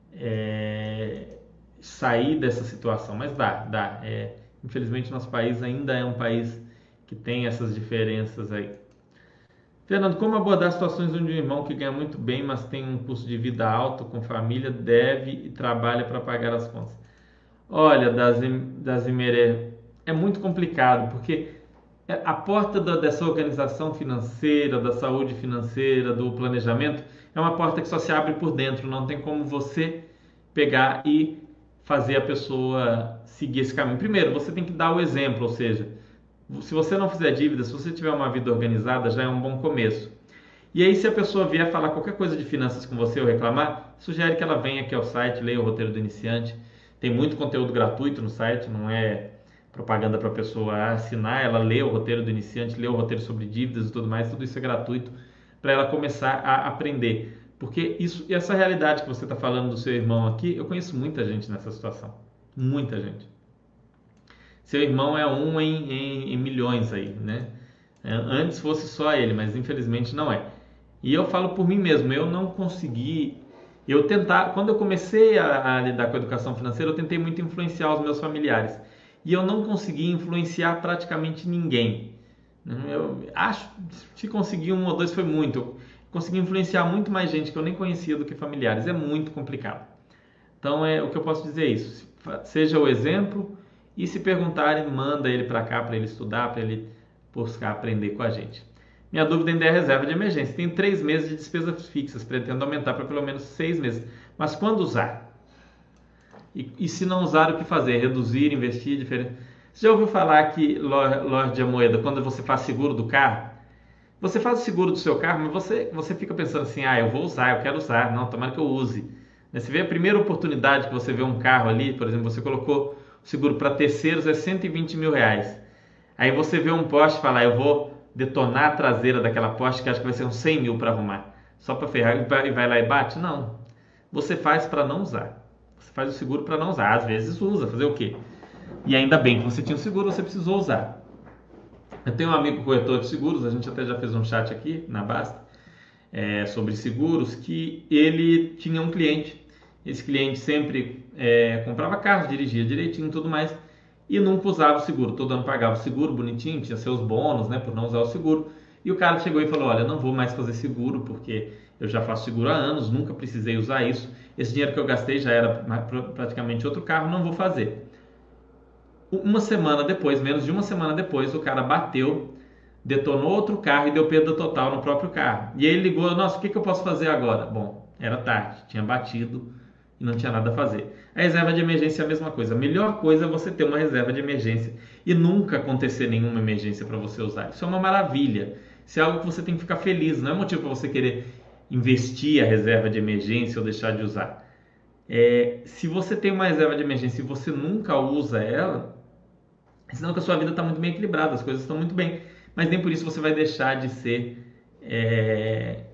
é, sair dessa situação, mas dá, dá. É, infelizmente nosso país ainda é um país que tem essas diferenças aí. Fernando, como abordar situações onde um irmão que ganha muito bem, mas tem um custo de vida alto com família, deve e trabalha para pagar as contas? Olha, Dazimere, é muito complicado, porque a porta da, dessa organização financeira, da saúde financeira, do planejamento, é uma porta que só se abre por dentro, não tem como você pegar e fazer a pessoa seguir esse caminho. Primeiro, você tem que dar o exemplo, ou seja, se você não fizer dívida, se você tiver uma vida organizada, já é um bom começo. E aí, se a pessoa vier falar qualquer coisa de finanças com você ou reclamar, sugere que ela venha aqui ao site, leia o roteiro do iniciante. Tem muito conteúdo gratuito no site, não é propaganda para a pessoa assinar, ela lê o roteiro do iniciante, lê o roteiro sobre dívidas e tudo mais, tudo isso é gratuito para ela começar a aprender. Porque isso, essa realidade que você está falando do seu irmão aqui, eu conheço muita gente nessa situação. Muita gente. Seu irmão é um em, em, em milhões aí, né? Antes fosse só ele, mas infelizmente não é. E eu falo por mim mesmo, eu não consegui. Eu tentar, quando eu comecei a, a lidar com a educação financeira, eu tentei muito influenciar os meus familiares. E eu não consegui influenciar praticamente ninguém. Eu acho que se conseguir um ou dois foi muito. Eu consegui influenciar muito mais gente que eu nem conhecia do que familiares. É muito complicado. Então, é o que eu posso dizer é isso. Seja o exemplo e, se perguntarem, manda ele para cá para ele estudar, para ele buscar aprender com a gente. Minha dúvida ainda é a reserva de emergência. Tem três meses de despesas fixas, pretendo aumentar para pelo menos seis meses. Mas quando usar? E, e se não usar, o que fazer? Reduzir, investir, diferente? Você já ouviu falar que, Lorde Amoeda, quando você faz seguro do carro, você faz o seguro do seu carro, mas você, você fica pensando assim, ah, eu vou usar, eu quero usar, não, tomara que eu use. Você vê a primeira oportunidade que você vê um carro ali, por exemplo, você colocou o seguro para terceiros, é cento e vinte mil reais. Aí você vê um Porsche e fala, ah, eu vou detonar a traseira daquela Porsche, que acho que vai ser uns cem mil para arrumar, só para ferrar, e vai lá e bate? Não. Você faz para não usar. Você faz o seguro para não usar. Às vezes usa, fazer o quê? E ainda bem que você tinha o seguro, você precisou usar. Eu tenho um amigo corretor de seguros, a gente até já fez um chat aqui na Basta, é, sobre seguros, que ele tinha um cliente. Esse cliente sempre é, comprava carro, dirigia direitinho e tudo mais, e nunca usava o seguro. Todo ano pagava o seguro bonitinho, tinha seus bônus, né, por não usar o seguro. E o cara chegou e falou, olha, não vou mais fazer seguro porque eu já faço seguro há anos, nunca precisei usar isso. Esse dinheiro que eu gastei já era praticamente outro carro, não vou fazer. Uma semana depois, menos de uma semana depois, o cara bateu, detonou outro carro e deu perda total no próprio carro. E aí ele ligou, nossa, o que, que eu posso fazer agora? Bom, era tarde, tinha batido e não tinha nada a fazer. A reserva de emergência é a mesma coisa. A melhor coisa é você ter uma reserva de emergência e nunca acontecer nenhuma emergência para você usar. Isso é uma maravilha. Isso é algo que você tem que ficar feliz. Não é motivo para você querer investir a reserva de emergência ou deixar de usar. É, se você tem uma reserva de emergência e você nunca usa ela, Senão que a sua vida está muito bem equilibrada, as coisas estão muito bem. Mas nem por isso você vai deixar de ser... É,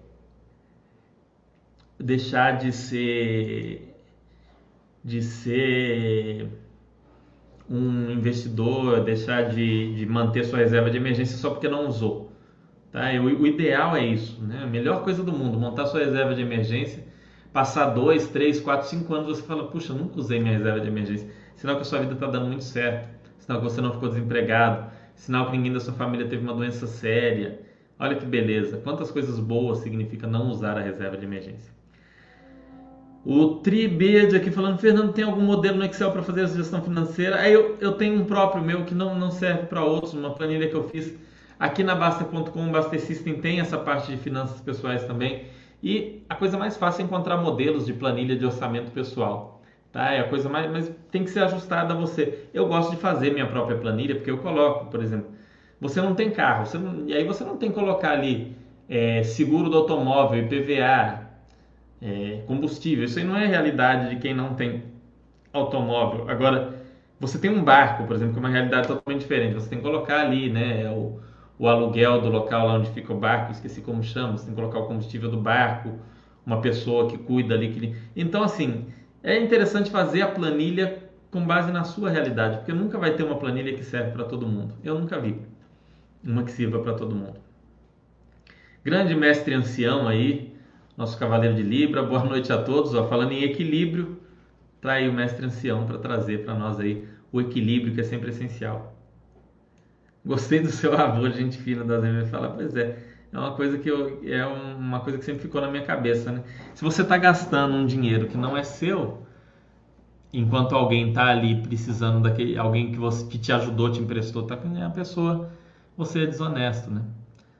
deixar de ser... de ser um investidor, deixar de, de manter sua reserva de emergência só porque não usou. Tá? O, o ideal é isso, né? A melhor coisa do mundo, montar sua reserva de emergência, passar dois, três, quatro, cinco anos, você fala, puxa, eu nunca usei minha reserva de emergência. Sinal que a sua vida está dando muito certo, sinal que você não ficou desempregado, sinal que ninguém da sua família teve uma doença séria. Olha que beleza, quantas coisas boas significa não usar a reserva de emergência. O Tribed aqui falando, Fernando, tem algum modelo no Excel para fazer essa gestão financeira? Aí eu, eu tenho um próprio meu que não, não serve para outros, uma planilha que eu fiz aqui na Baster ponto com, o Baster System tem essa parte de finanças pessoais também. E a coisa mais fácil é encontrar modelos de planilha de orçamento pessoal. Tá? É a coisa mais, mas tem que ser ajustada a você. Eu gosto de fazer minha própria planilha, porque eu coloco, por exemplo, você não tem carro, você não, e aí você não tem que colocar ali é, seguro do automóvel, I P V A, é, combustível. Isso aí não é realidade de quem não tem automóvel. Agora, você tem um barco, por exemplo, que é uma realidade totalmente diferente. Você tem que colocar ali, né, o, o aluguel do local lá onde fica o barco, esqueci como chama. Você tem que colocar o combustível do barco, uma pessoa que cuida ali. Que... Então, assim, é interessante fazer a planilha com base na sua realidade, porque nunca vai ter uma planilha que serve para todo mundo. Eu nunca vi uma que sirva para todo mundo. Grande mestre ancião aí, nosso cavaleiro de Libra, boa noite a todos. Ó, falando em equilíbrio, tá aí o mestre ancião para trazer para nós aí o equilíbrio que é sempre essencial. Gostei do seu avô, gente fina da Zé, fala, pois é, é uma coisa que eu, é uma coisa que sempre ficou na minha cabeça, né? Se você está gastando um dinheiro que não é seu, enquanto alguém está ali precisando daquele, alguém que você que te ajudou, te emprestou, tá com a pessoa, você é desonesto, né?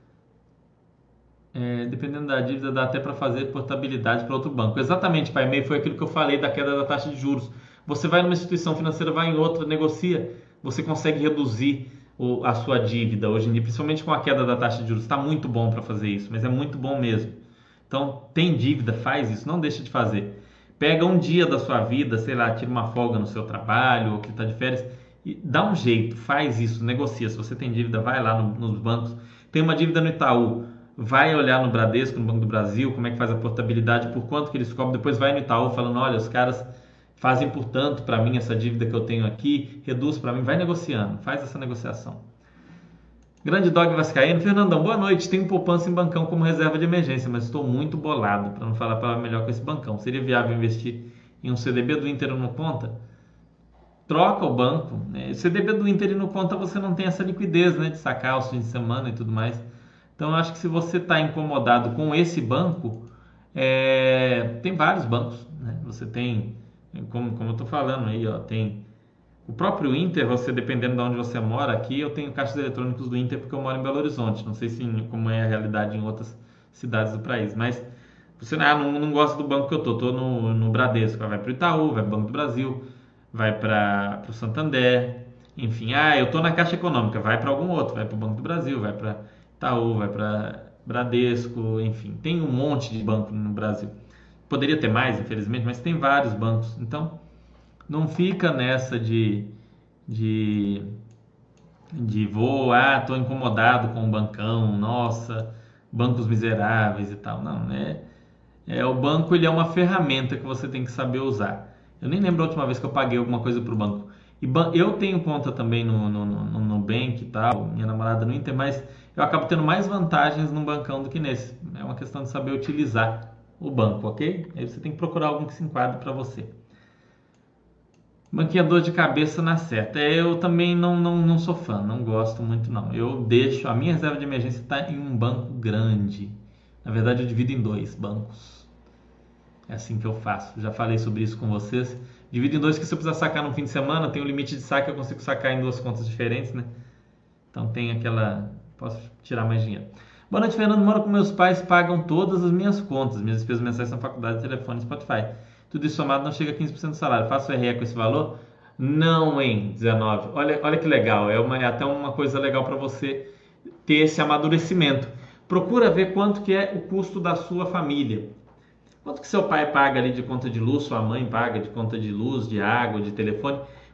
É, dependendo da dívida, dá até para fazer portabilidade para outro banco. Exatamente, pai, meio foi aquilo que eu falei da queda da taxa de juros. Você vai numa instituição financeira, vai em outra, negocia, você consegue reduzir o, a sua dívida hoje em dia, principalmente com a queda da taxa de juros. Está muito bom para fazer isso, mas é muito bom mesmo. Então, tem dívida, faz isso, não deixa de fazer. Pega um dia da sua vida, sei lá, tira uma folga no seu trabalho, ou que está de férias, e dá um jeito, faz isso, negocia. Se você tem dívida, vai lá no, nos bancos. Tem uma dívida no Itaú, vai olhar no Bradesco, no Banco do Brasil, como é que faz a portabilidade, por quanto que eles cobram, depois vai no Itaú falando, olha, os caras fazem por tanto para mim essa dívida que eu tenho aqui, reduz para mim, vai negociando, faz essa negociação. Grande Dog Vascaíno, Fernandão, boa noite, tenho poupança em bancão como reserva de emergência, mas estou muito bolado, para não falar a palavra melhor com esse bancão. Seria viável investir em um C D B do Inter no conta? Troca o banco, né? O C D B do Inter no conta você não tem essa liquidez, né, de sacar os fins de semana e tudo mais. Então, eu acho que se você está incomodado com esse banco, é, tem vários bancos, né? Você tem, como, como eu estou falando aí, ó, tem o próprio Inter, você dependendo de onde você mora, aqui eu tenho caixas eletrônicos do Inter porque eu moro em Belo Horizonte, não sei se como é a realidade em outras cidades do país, mas você ah, não, não gosta do banco que eu tô, tô no, no Bradesco, vai para o Itaú, vai para o Banco do Brasil, vai para o Santander, enfim, ah, eu tô na Caixa Econômica, vai para algum outro, vai para o Banco do Brasil, vai para Itaú, vai para Bradesco, enfim, tem um monte de banco no Brasil. Poderia ter mais, infelizmente, mas tem vários bancos. Então, não fica nessa de de, de vou, ah, tô incomodado com o bancão, nossa, bancos miseráveis e tal. Não, né? É, o banco ele é uma ferramenta que você tem que saber usar. Eu nem lembro a última vez que eu paguei alguma coisa para o banco. E ban eu tenho conta também no, no, no, no Nubank e tal, minha namorada no Inter, mas eu acabo tendo mais vantagens num bancão do que nesse. É uma questão de saber utilizar o banco, ok? Aí você tem que procurar algum que se enquadre para você. Banquinha dor de cabeça na certa. É, eu também não, não, não sou fã, não gosto muito não. Eu deixo, a minha reserva de emergência está em um banco grande. Na verdade eu divido em dois bancos. É assim que eu faço. Já falei sobre isso com vocês. Divido em dois que se eu precisar sacar no fim de semana, tem um limite de saque, eu consigo sacar em duas contas diferentes, né? Então tem aquela... posso tirar mais dinheiro. Boa noite, Fernando. Moro com meus pais, pagam todas as minhas contas. Minhas despesas mensais são faculdade, telefone e Spotify. Tudo isso somado não chega a quinze por cento do salário. Faço R E com esse valor? Não, hein? dezenove. Olha, olha que legal. É, uma, é até uma coisa legal para você ter esse amadurecimento. Procura ver quanto que é o custo da sua família. Quanto que seu pai paga ali de conta de luz, sua mãe paga de conta de luz, de água, de telefone?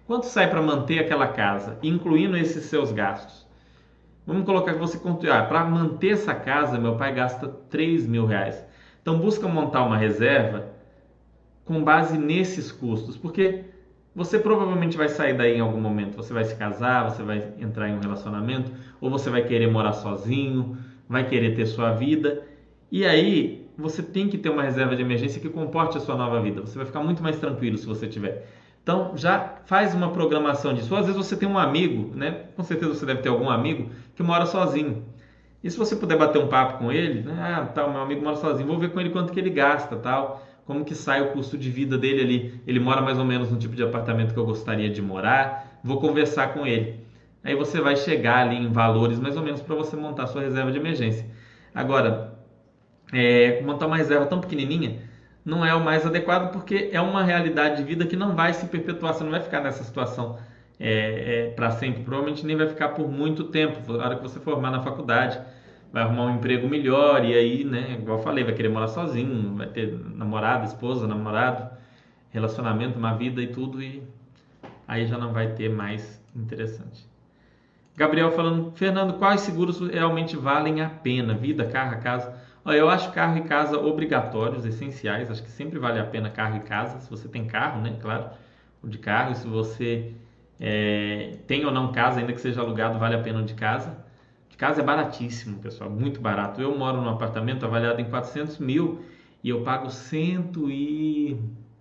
Quanto sai para manter aquela casa, incluindo esses seus gastos? Vamos colocar que você ah, para manter essa casa, meu pai gasta três mil reais. Então busca montar uma reserva com base nesses custos, porque você provavelmente vai sair daí em algum momento. Você vai se casar, você vai entrar em um relacionamento, ou você vai querer morar sozinho, vai querer ter sua vida. E aí você tem que ter uma reserva de emergência que comporte a sua nova vida. Você vai ficar muito mais tranquilo se você tiver. Então já faz uma programação disso. Ou às vezes você tem um amigo, né? Com certeza você deve ter algum amigo que mora sozinho. E se você puder bater um papo com ele, né? Ah, tá, meu amigo mora sozinho, vou ver com ele quanto que ele gasta, tal, como que sai o custo de vida dele ali. Ele mora mais ou menos no tipo de apartamento que eu gostaria de morar, vou conversar com ele. Aí você vai chegar ali em valores mais ou menos para você montar sua reserva de emergência. Agora, é, montar uma reserva tão pequenininha não é o mais adequado porque é uma realidade de vida que não vai se perpetuar, você não vai ficar nessa situação é, é, para sempre, provavelmente nem vai ficar por muito tempo. Na hora que você formar na faculdade, vai arrumar um emprego melhor e aí, né, igual eu falei, vai querer morar sozinho, vai ter namorada, esposa, namorado, relacionamento, uma vida e tudo, e aí já não vai ter mais interessante. Gabriel falando, Fernando, quais seguros realmente valem a pena? Vida, carro, casa? Olha, eu acho carro e casa obrigatórios, essenciais. Acho que sempre vale a pena carro e casa. Se você tem carro, né? Claro, o de carro. E se você é, tem ou não casa, ainda que seja alugado, vale a pena o de casa. De casa é baratíssimo, pessoal, muito barato. Eu moro num apartamento avaliado em quatrocentos mil e eu pago cento e...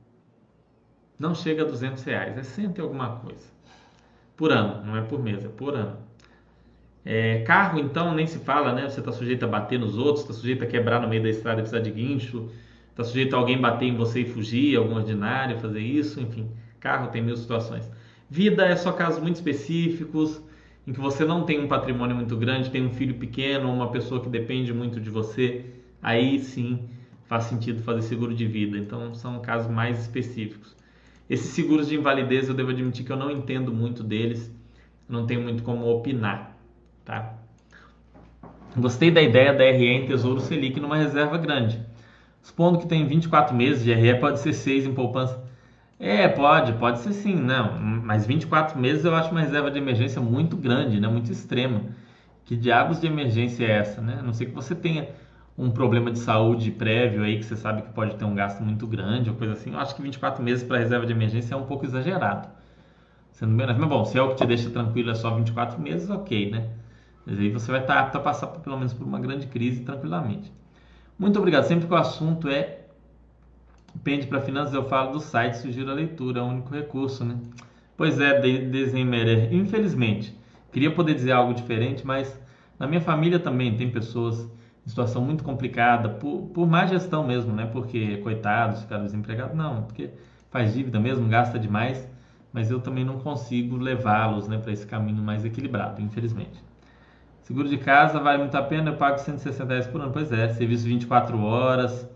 não chega a duzentos reais, é cento e alguma coisa. Por ano, não é por mês, é por ano. É, carro, então, nem se fala, né? Você está sujeito a bater nos outros, está sujeito a quebrar no meio da estrada e precisar de guincho, está sujeito a alguém bater em você e fugir, algum ordinário fazer isso, enfim. Carro tem mil situações. Vida é só casos muito específicos, em que você não tem um patrimônio muito grande, tem um filho pequeno, uma pessoa que depende muito de você, aí sim faz sentido fazer seguro de vida. Então, são casos mais específicos. Esses seguros de invalidez, eu devo admitir que eu não entendo muito deles, não tenho muito como opinar, tá? Gostei da ideia da R E em Tesouro Selic numa reserva grande. Supondo que tem vinte e quatro meses de R E, pode ser seis em poupança. É, pode, pode ser sim, não, mas vinte e quatro meses eu acho uma reserva de emergência muito grande, né, muito extrema. Que diabos de emergência é essa, né? A não ser que você tenha um problema de saúde prévio aí, que você sabe que pode ter um gasto muito grande ou coisa assim. Eu acho que vinte e quatro meses para reserva de emergência é um pouco exagerado. Sendo bem, mas bom, se é o que te deixa tranquilo é só vinte e quatro meses, ok, né? Mas aí você vai estar apto a passar por, pelo menos por uma grande crise tranquilamente. Muito obrigado. Sempre que o assunto é pende para finanças, eu falo do site, sugiro a leitura, é o único recurso, né? Pois é, Desenmerer, infelizmente. Queria poder dizer algo diferente, mas na minha família também tem pessoas em situação muito complicada, por, por má gestão mesmo, né? Porque, coitados, ficaram desempregados. Não, porque faz dívida mesmo, gasta demais, mas eu também não consigo levá-los, né, para esse caminho mais equilibrado, infelizmente. Seguro de casa vale muito a pena, eu pago cento e sessenta reais por ano. Pois é, serviço vinte e quatro horas,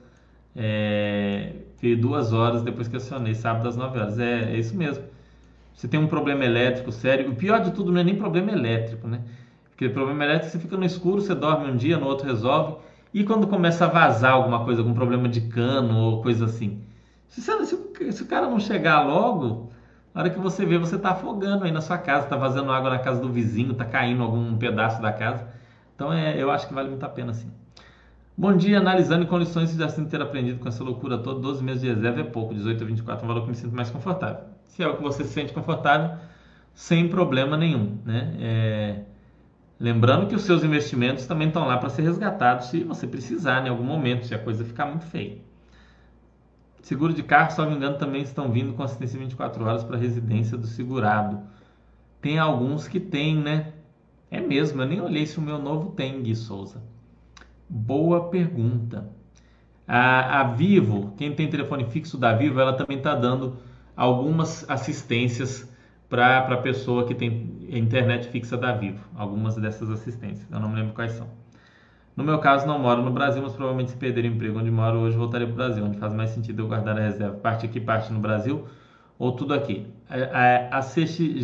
é, duas horas depois que acionei, sábado às nove horas. É, é isso mesmo. Você tem um problema elétrico sério, o pior de tudo não é nem problema elétrico, né? Porque problema elétrico você fica no escuro, você dorme um dia, no outro resolve, e quando começa a vazar alguma coisa, algum problema de cano ou coisa assim, se, você, se, se o cara não chegar logo, na hora que você vê, você está afogando aí na sua casa, está vazando água na casa do vizinho, está caindo algum pedaço da casa. Então é, eu acho que vale muito a pena sim. Bom dia, analisando com lições de assim ter aprendido com essa loucura toda, doze meses de reserva é pouco, dezoito a vinte e quatro é um valor que me sinto mais confortável. Se é o que você se sente confortável, sem problema nenhum, né? É... Lembrando que os seus investimentos também estão lá para ser resgatados se você precisar né, em algum momento, se a coisa ficar muito feia. Seguro de carro, se não me engano, também estão vindo com assistência vinte e quatro horas para a residência do segurado. Tem alguns que tem, né? É mesmo, eu nem olhei se o meu novo tem, Gui Souza. Boa pergunta. A, a Vivo, quem tem telefone fixo da Vivo, ela também está dando algumas assistências para a pessoa que tem internet fixa da Vivo. Algumas dessas assistências, eu não me lembro quais são. No meu caso, não moro no Brasil, mas provavelmente se perder o emprego onde moro hoje, voltarei para o Brasil, onde faz mais sentido eu guardar a reserva. Parte aqui, parte no Brasil, ou tudo aqui. A, a, a C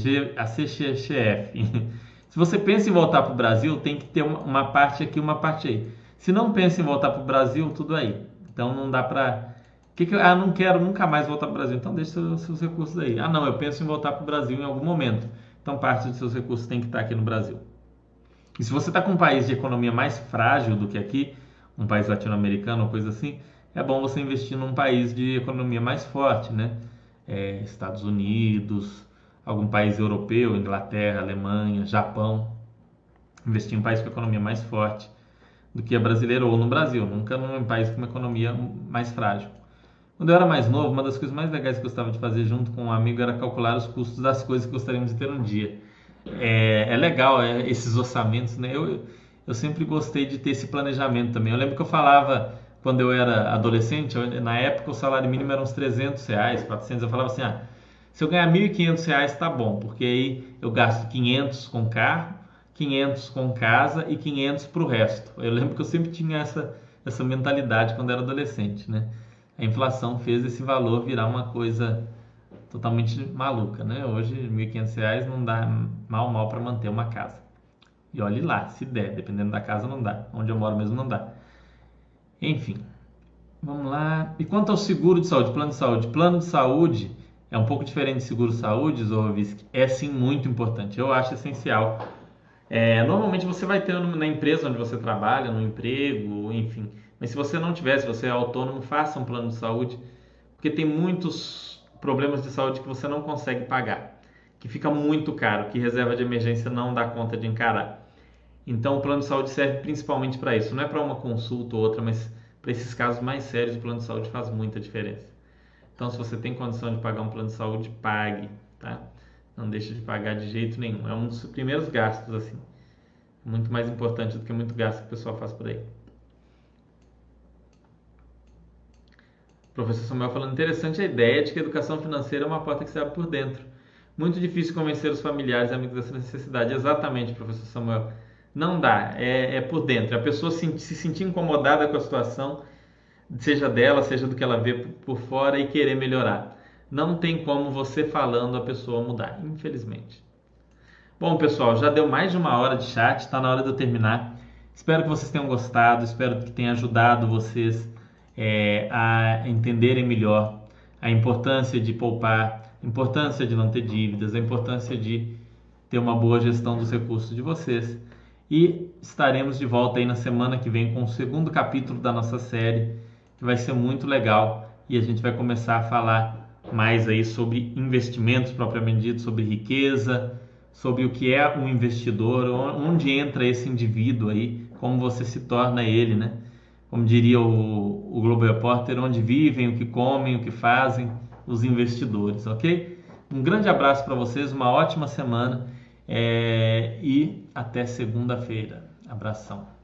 X F. Se você pensa em voltar para o Brasil, tem que ter uma, uma parte aqui e uma parte aí. Se não pensa em voltar para o Brasil, tudo aí. Então não dá para Que que eu, ah, não quero nunca mais voltar para o Brasil. Então deixa seus, seus recursos aí. Ah, não, eu penso em voltar para o Brasil em algum momento. Então parte dos seus recursos tem que estar aqui no Brasil. E se você está com um país de economia mais frágil do que aqui, um país latino-americano ou coisa assim, é bom você investir num país de economia mais forte, né? É, Estados Unidos, algum país europeu, Inglaterra, Alemanha, Japão. Investir em um país com economia mais forte do que a brasileira ou no Brasil, nunca num país com uma economia mais frágil. Quando eu era mais novo, uma das coisas mais legais que eu gostava de fazer junto com um amigo era calcular os custos das coisas que gostaríamos de ter um dia. É, é legal é, esses orçamentos, né? Eu, eu sempre gostei de ter esse planejamento também. Eu lembro que eu falava, quando eu era adolescente, eu, na época o salário mínimo era uns trezentos reais, quatrocentos. Eu falava assim, ah, se eu ganhar mil e quinhentos reais tá bom, porque aí eu gasto quinhentos com carro, quinhentos com casa e quinhentos para o resto. Eu lembro que eu sempre tinha essa, essa mentalidade quando era adolescente, né? A inflação fez esse valor virar uma coisa totalmente maluca, né? Hoje, mil e quinhentos reais não dá mal mal para manter uma casa. E olhe lá, se der, dependendo da casa não dá. Onde eu moro mesmo não dá. Enfim, vamos lá. E quanto ao seguro de saúde, plano de saúde? Plano de saúde é um pouco diferente de seguro-saúde, Zorovisk. É sim muito importante. Eu acho essencial. É, normalmente você vai ter na empresa onde você trabalha, no emprego, enfim. Mas se você não tiver, se você é autônomo, faça um plano de saúde, porque tem muitos problemas de saúde que você não consegue pagar, que fica muito caro, que reserva de emergência não dá conta de encarar. Então o plano de saúde serve principalmente para isso, não é para uma consulta ou outra, mas para esses casos mais sérios o plano de saúde faz muita diferença. Então se você tem condição de pagar um plano de saúde, pague, tá? Não deixe de pagar de jeito nenhum. É um dos primeiros gastos assim. Muito mais importante do que muito gasto que o pessoal faz por aí. Professor Samuel falando, interessante a ideia de que a educação financeira é uma porta que se abre por dentro. Muito difícil convencer os familiares e amigos dessa necessidade. Exatamente, professor Samuel. Não dá, é, é por dentro. A pessoa se, se sentir incomodada com a situação, seja dela, seja do que ela vê por fora e querer melhorar. Não tem como você falando a pessoa mudar, infelizmente. Bom, pessoal, já deu mais de uma hora de chat, está na hora de eu terminar. Espero que vocês tenham gostado, espero que tenha ajudado vocês é, a entenderem melhor a importância de poupar, a importância de não ter dívidas, a importância de ter uma boa gestão dos recursos de vocês. E estaremos de volta aí na semana que vem com o segundo capítulo da nossa série, que vai ser muito legal e a gente vai começar a falar mais aí sobre investimentos propriamente dito, sobre riqueza, sobre o que é um investidor, onde entra esse indivíduo aí, como você se torna ele, né? Como diria o, o Globo Repórter, onde vivem, o que comem, o que fazem os investidores, ok? Um grande abraço para vocês, uma ótima semana é, e até segunda-feira. Abração.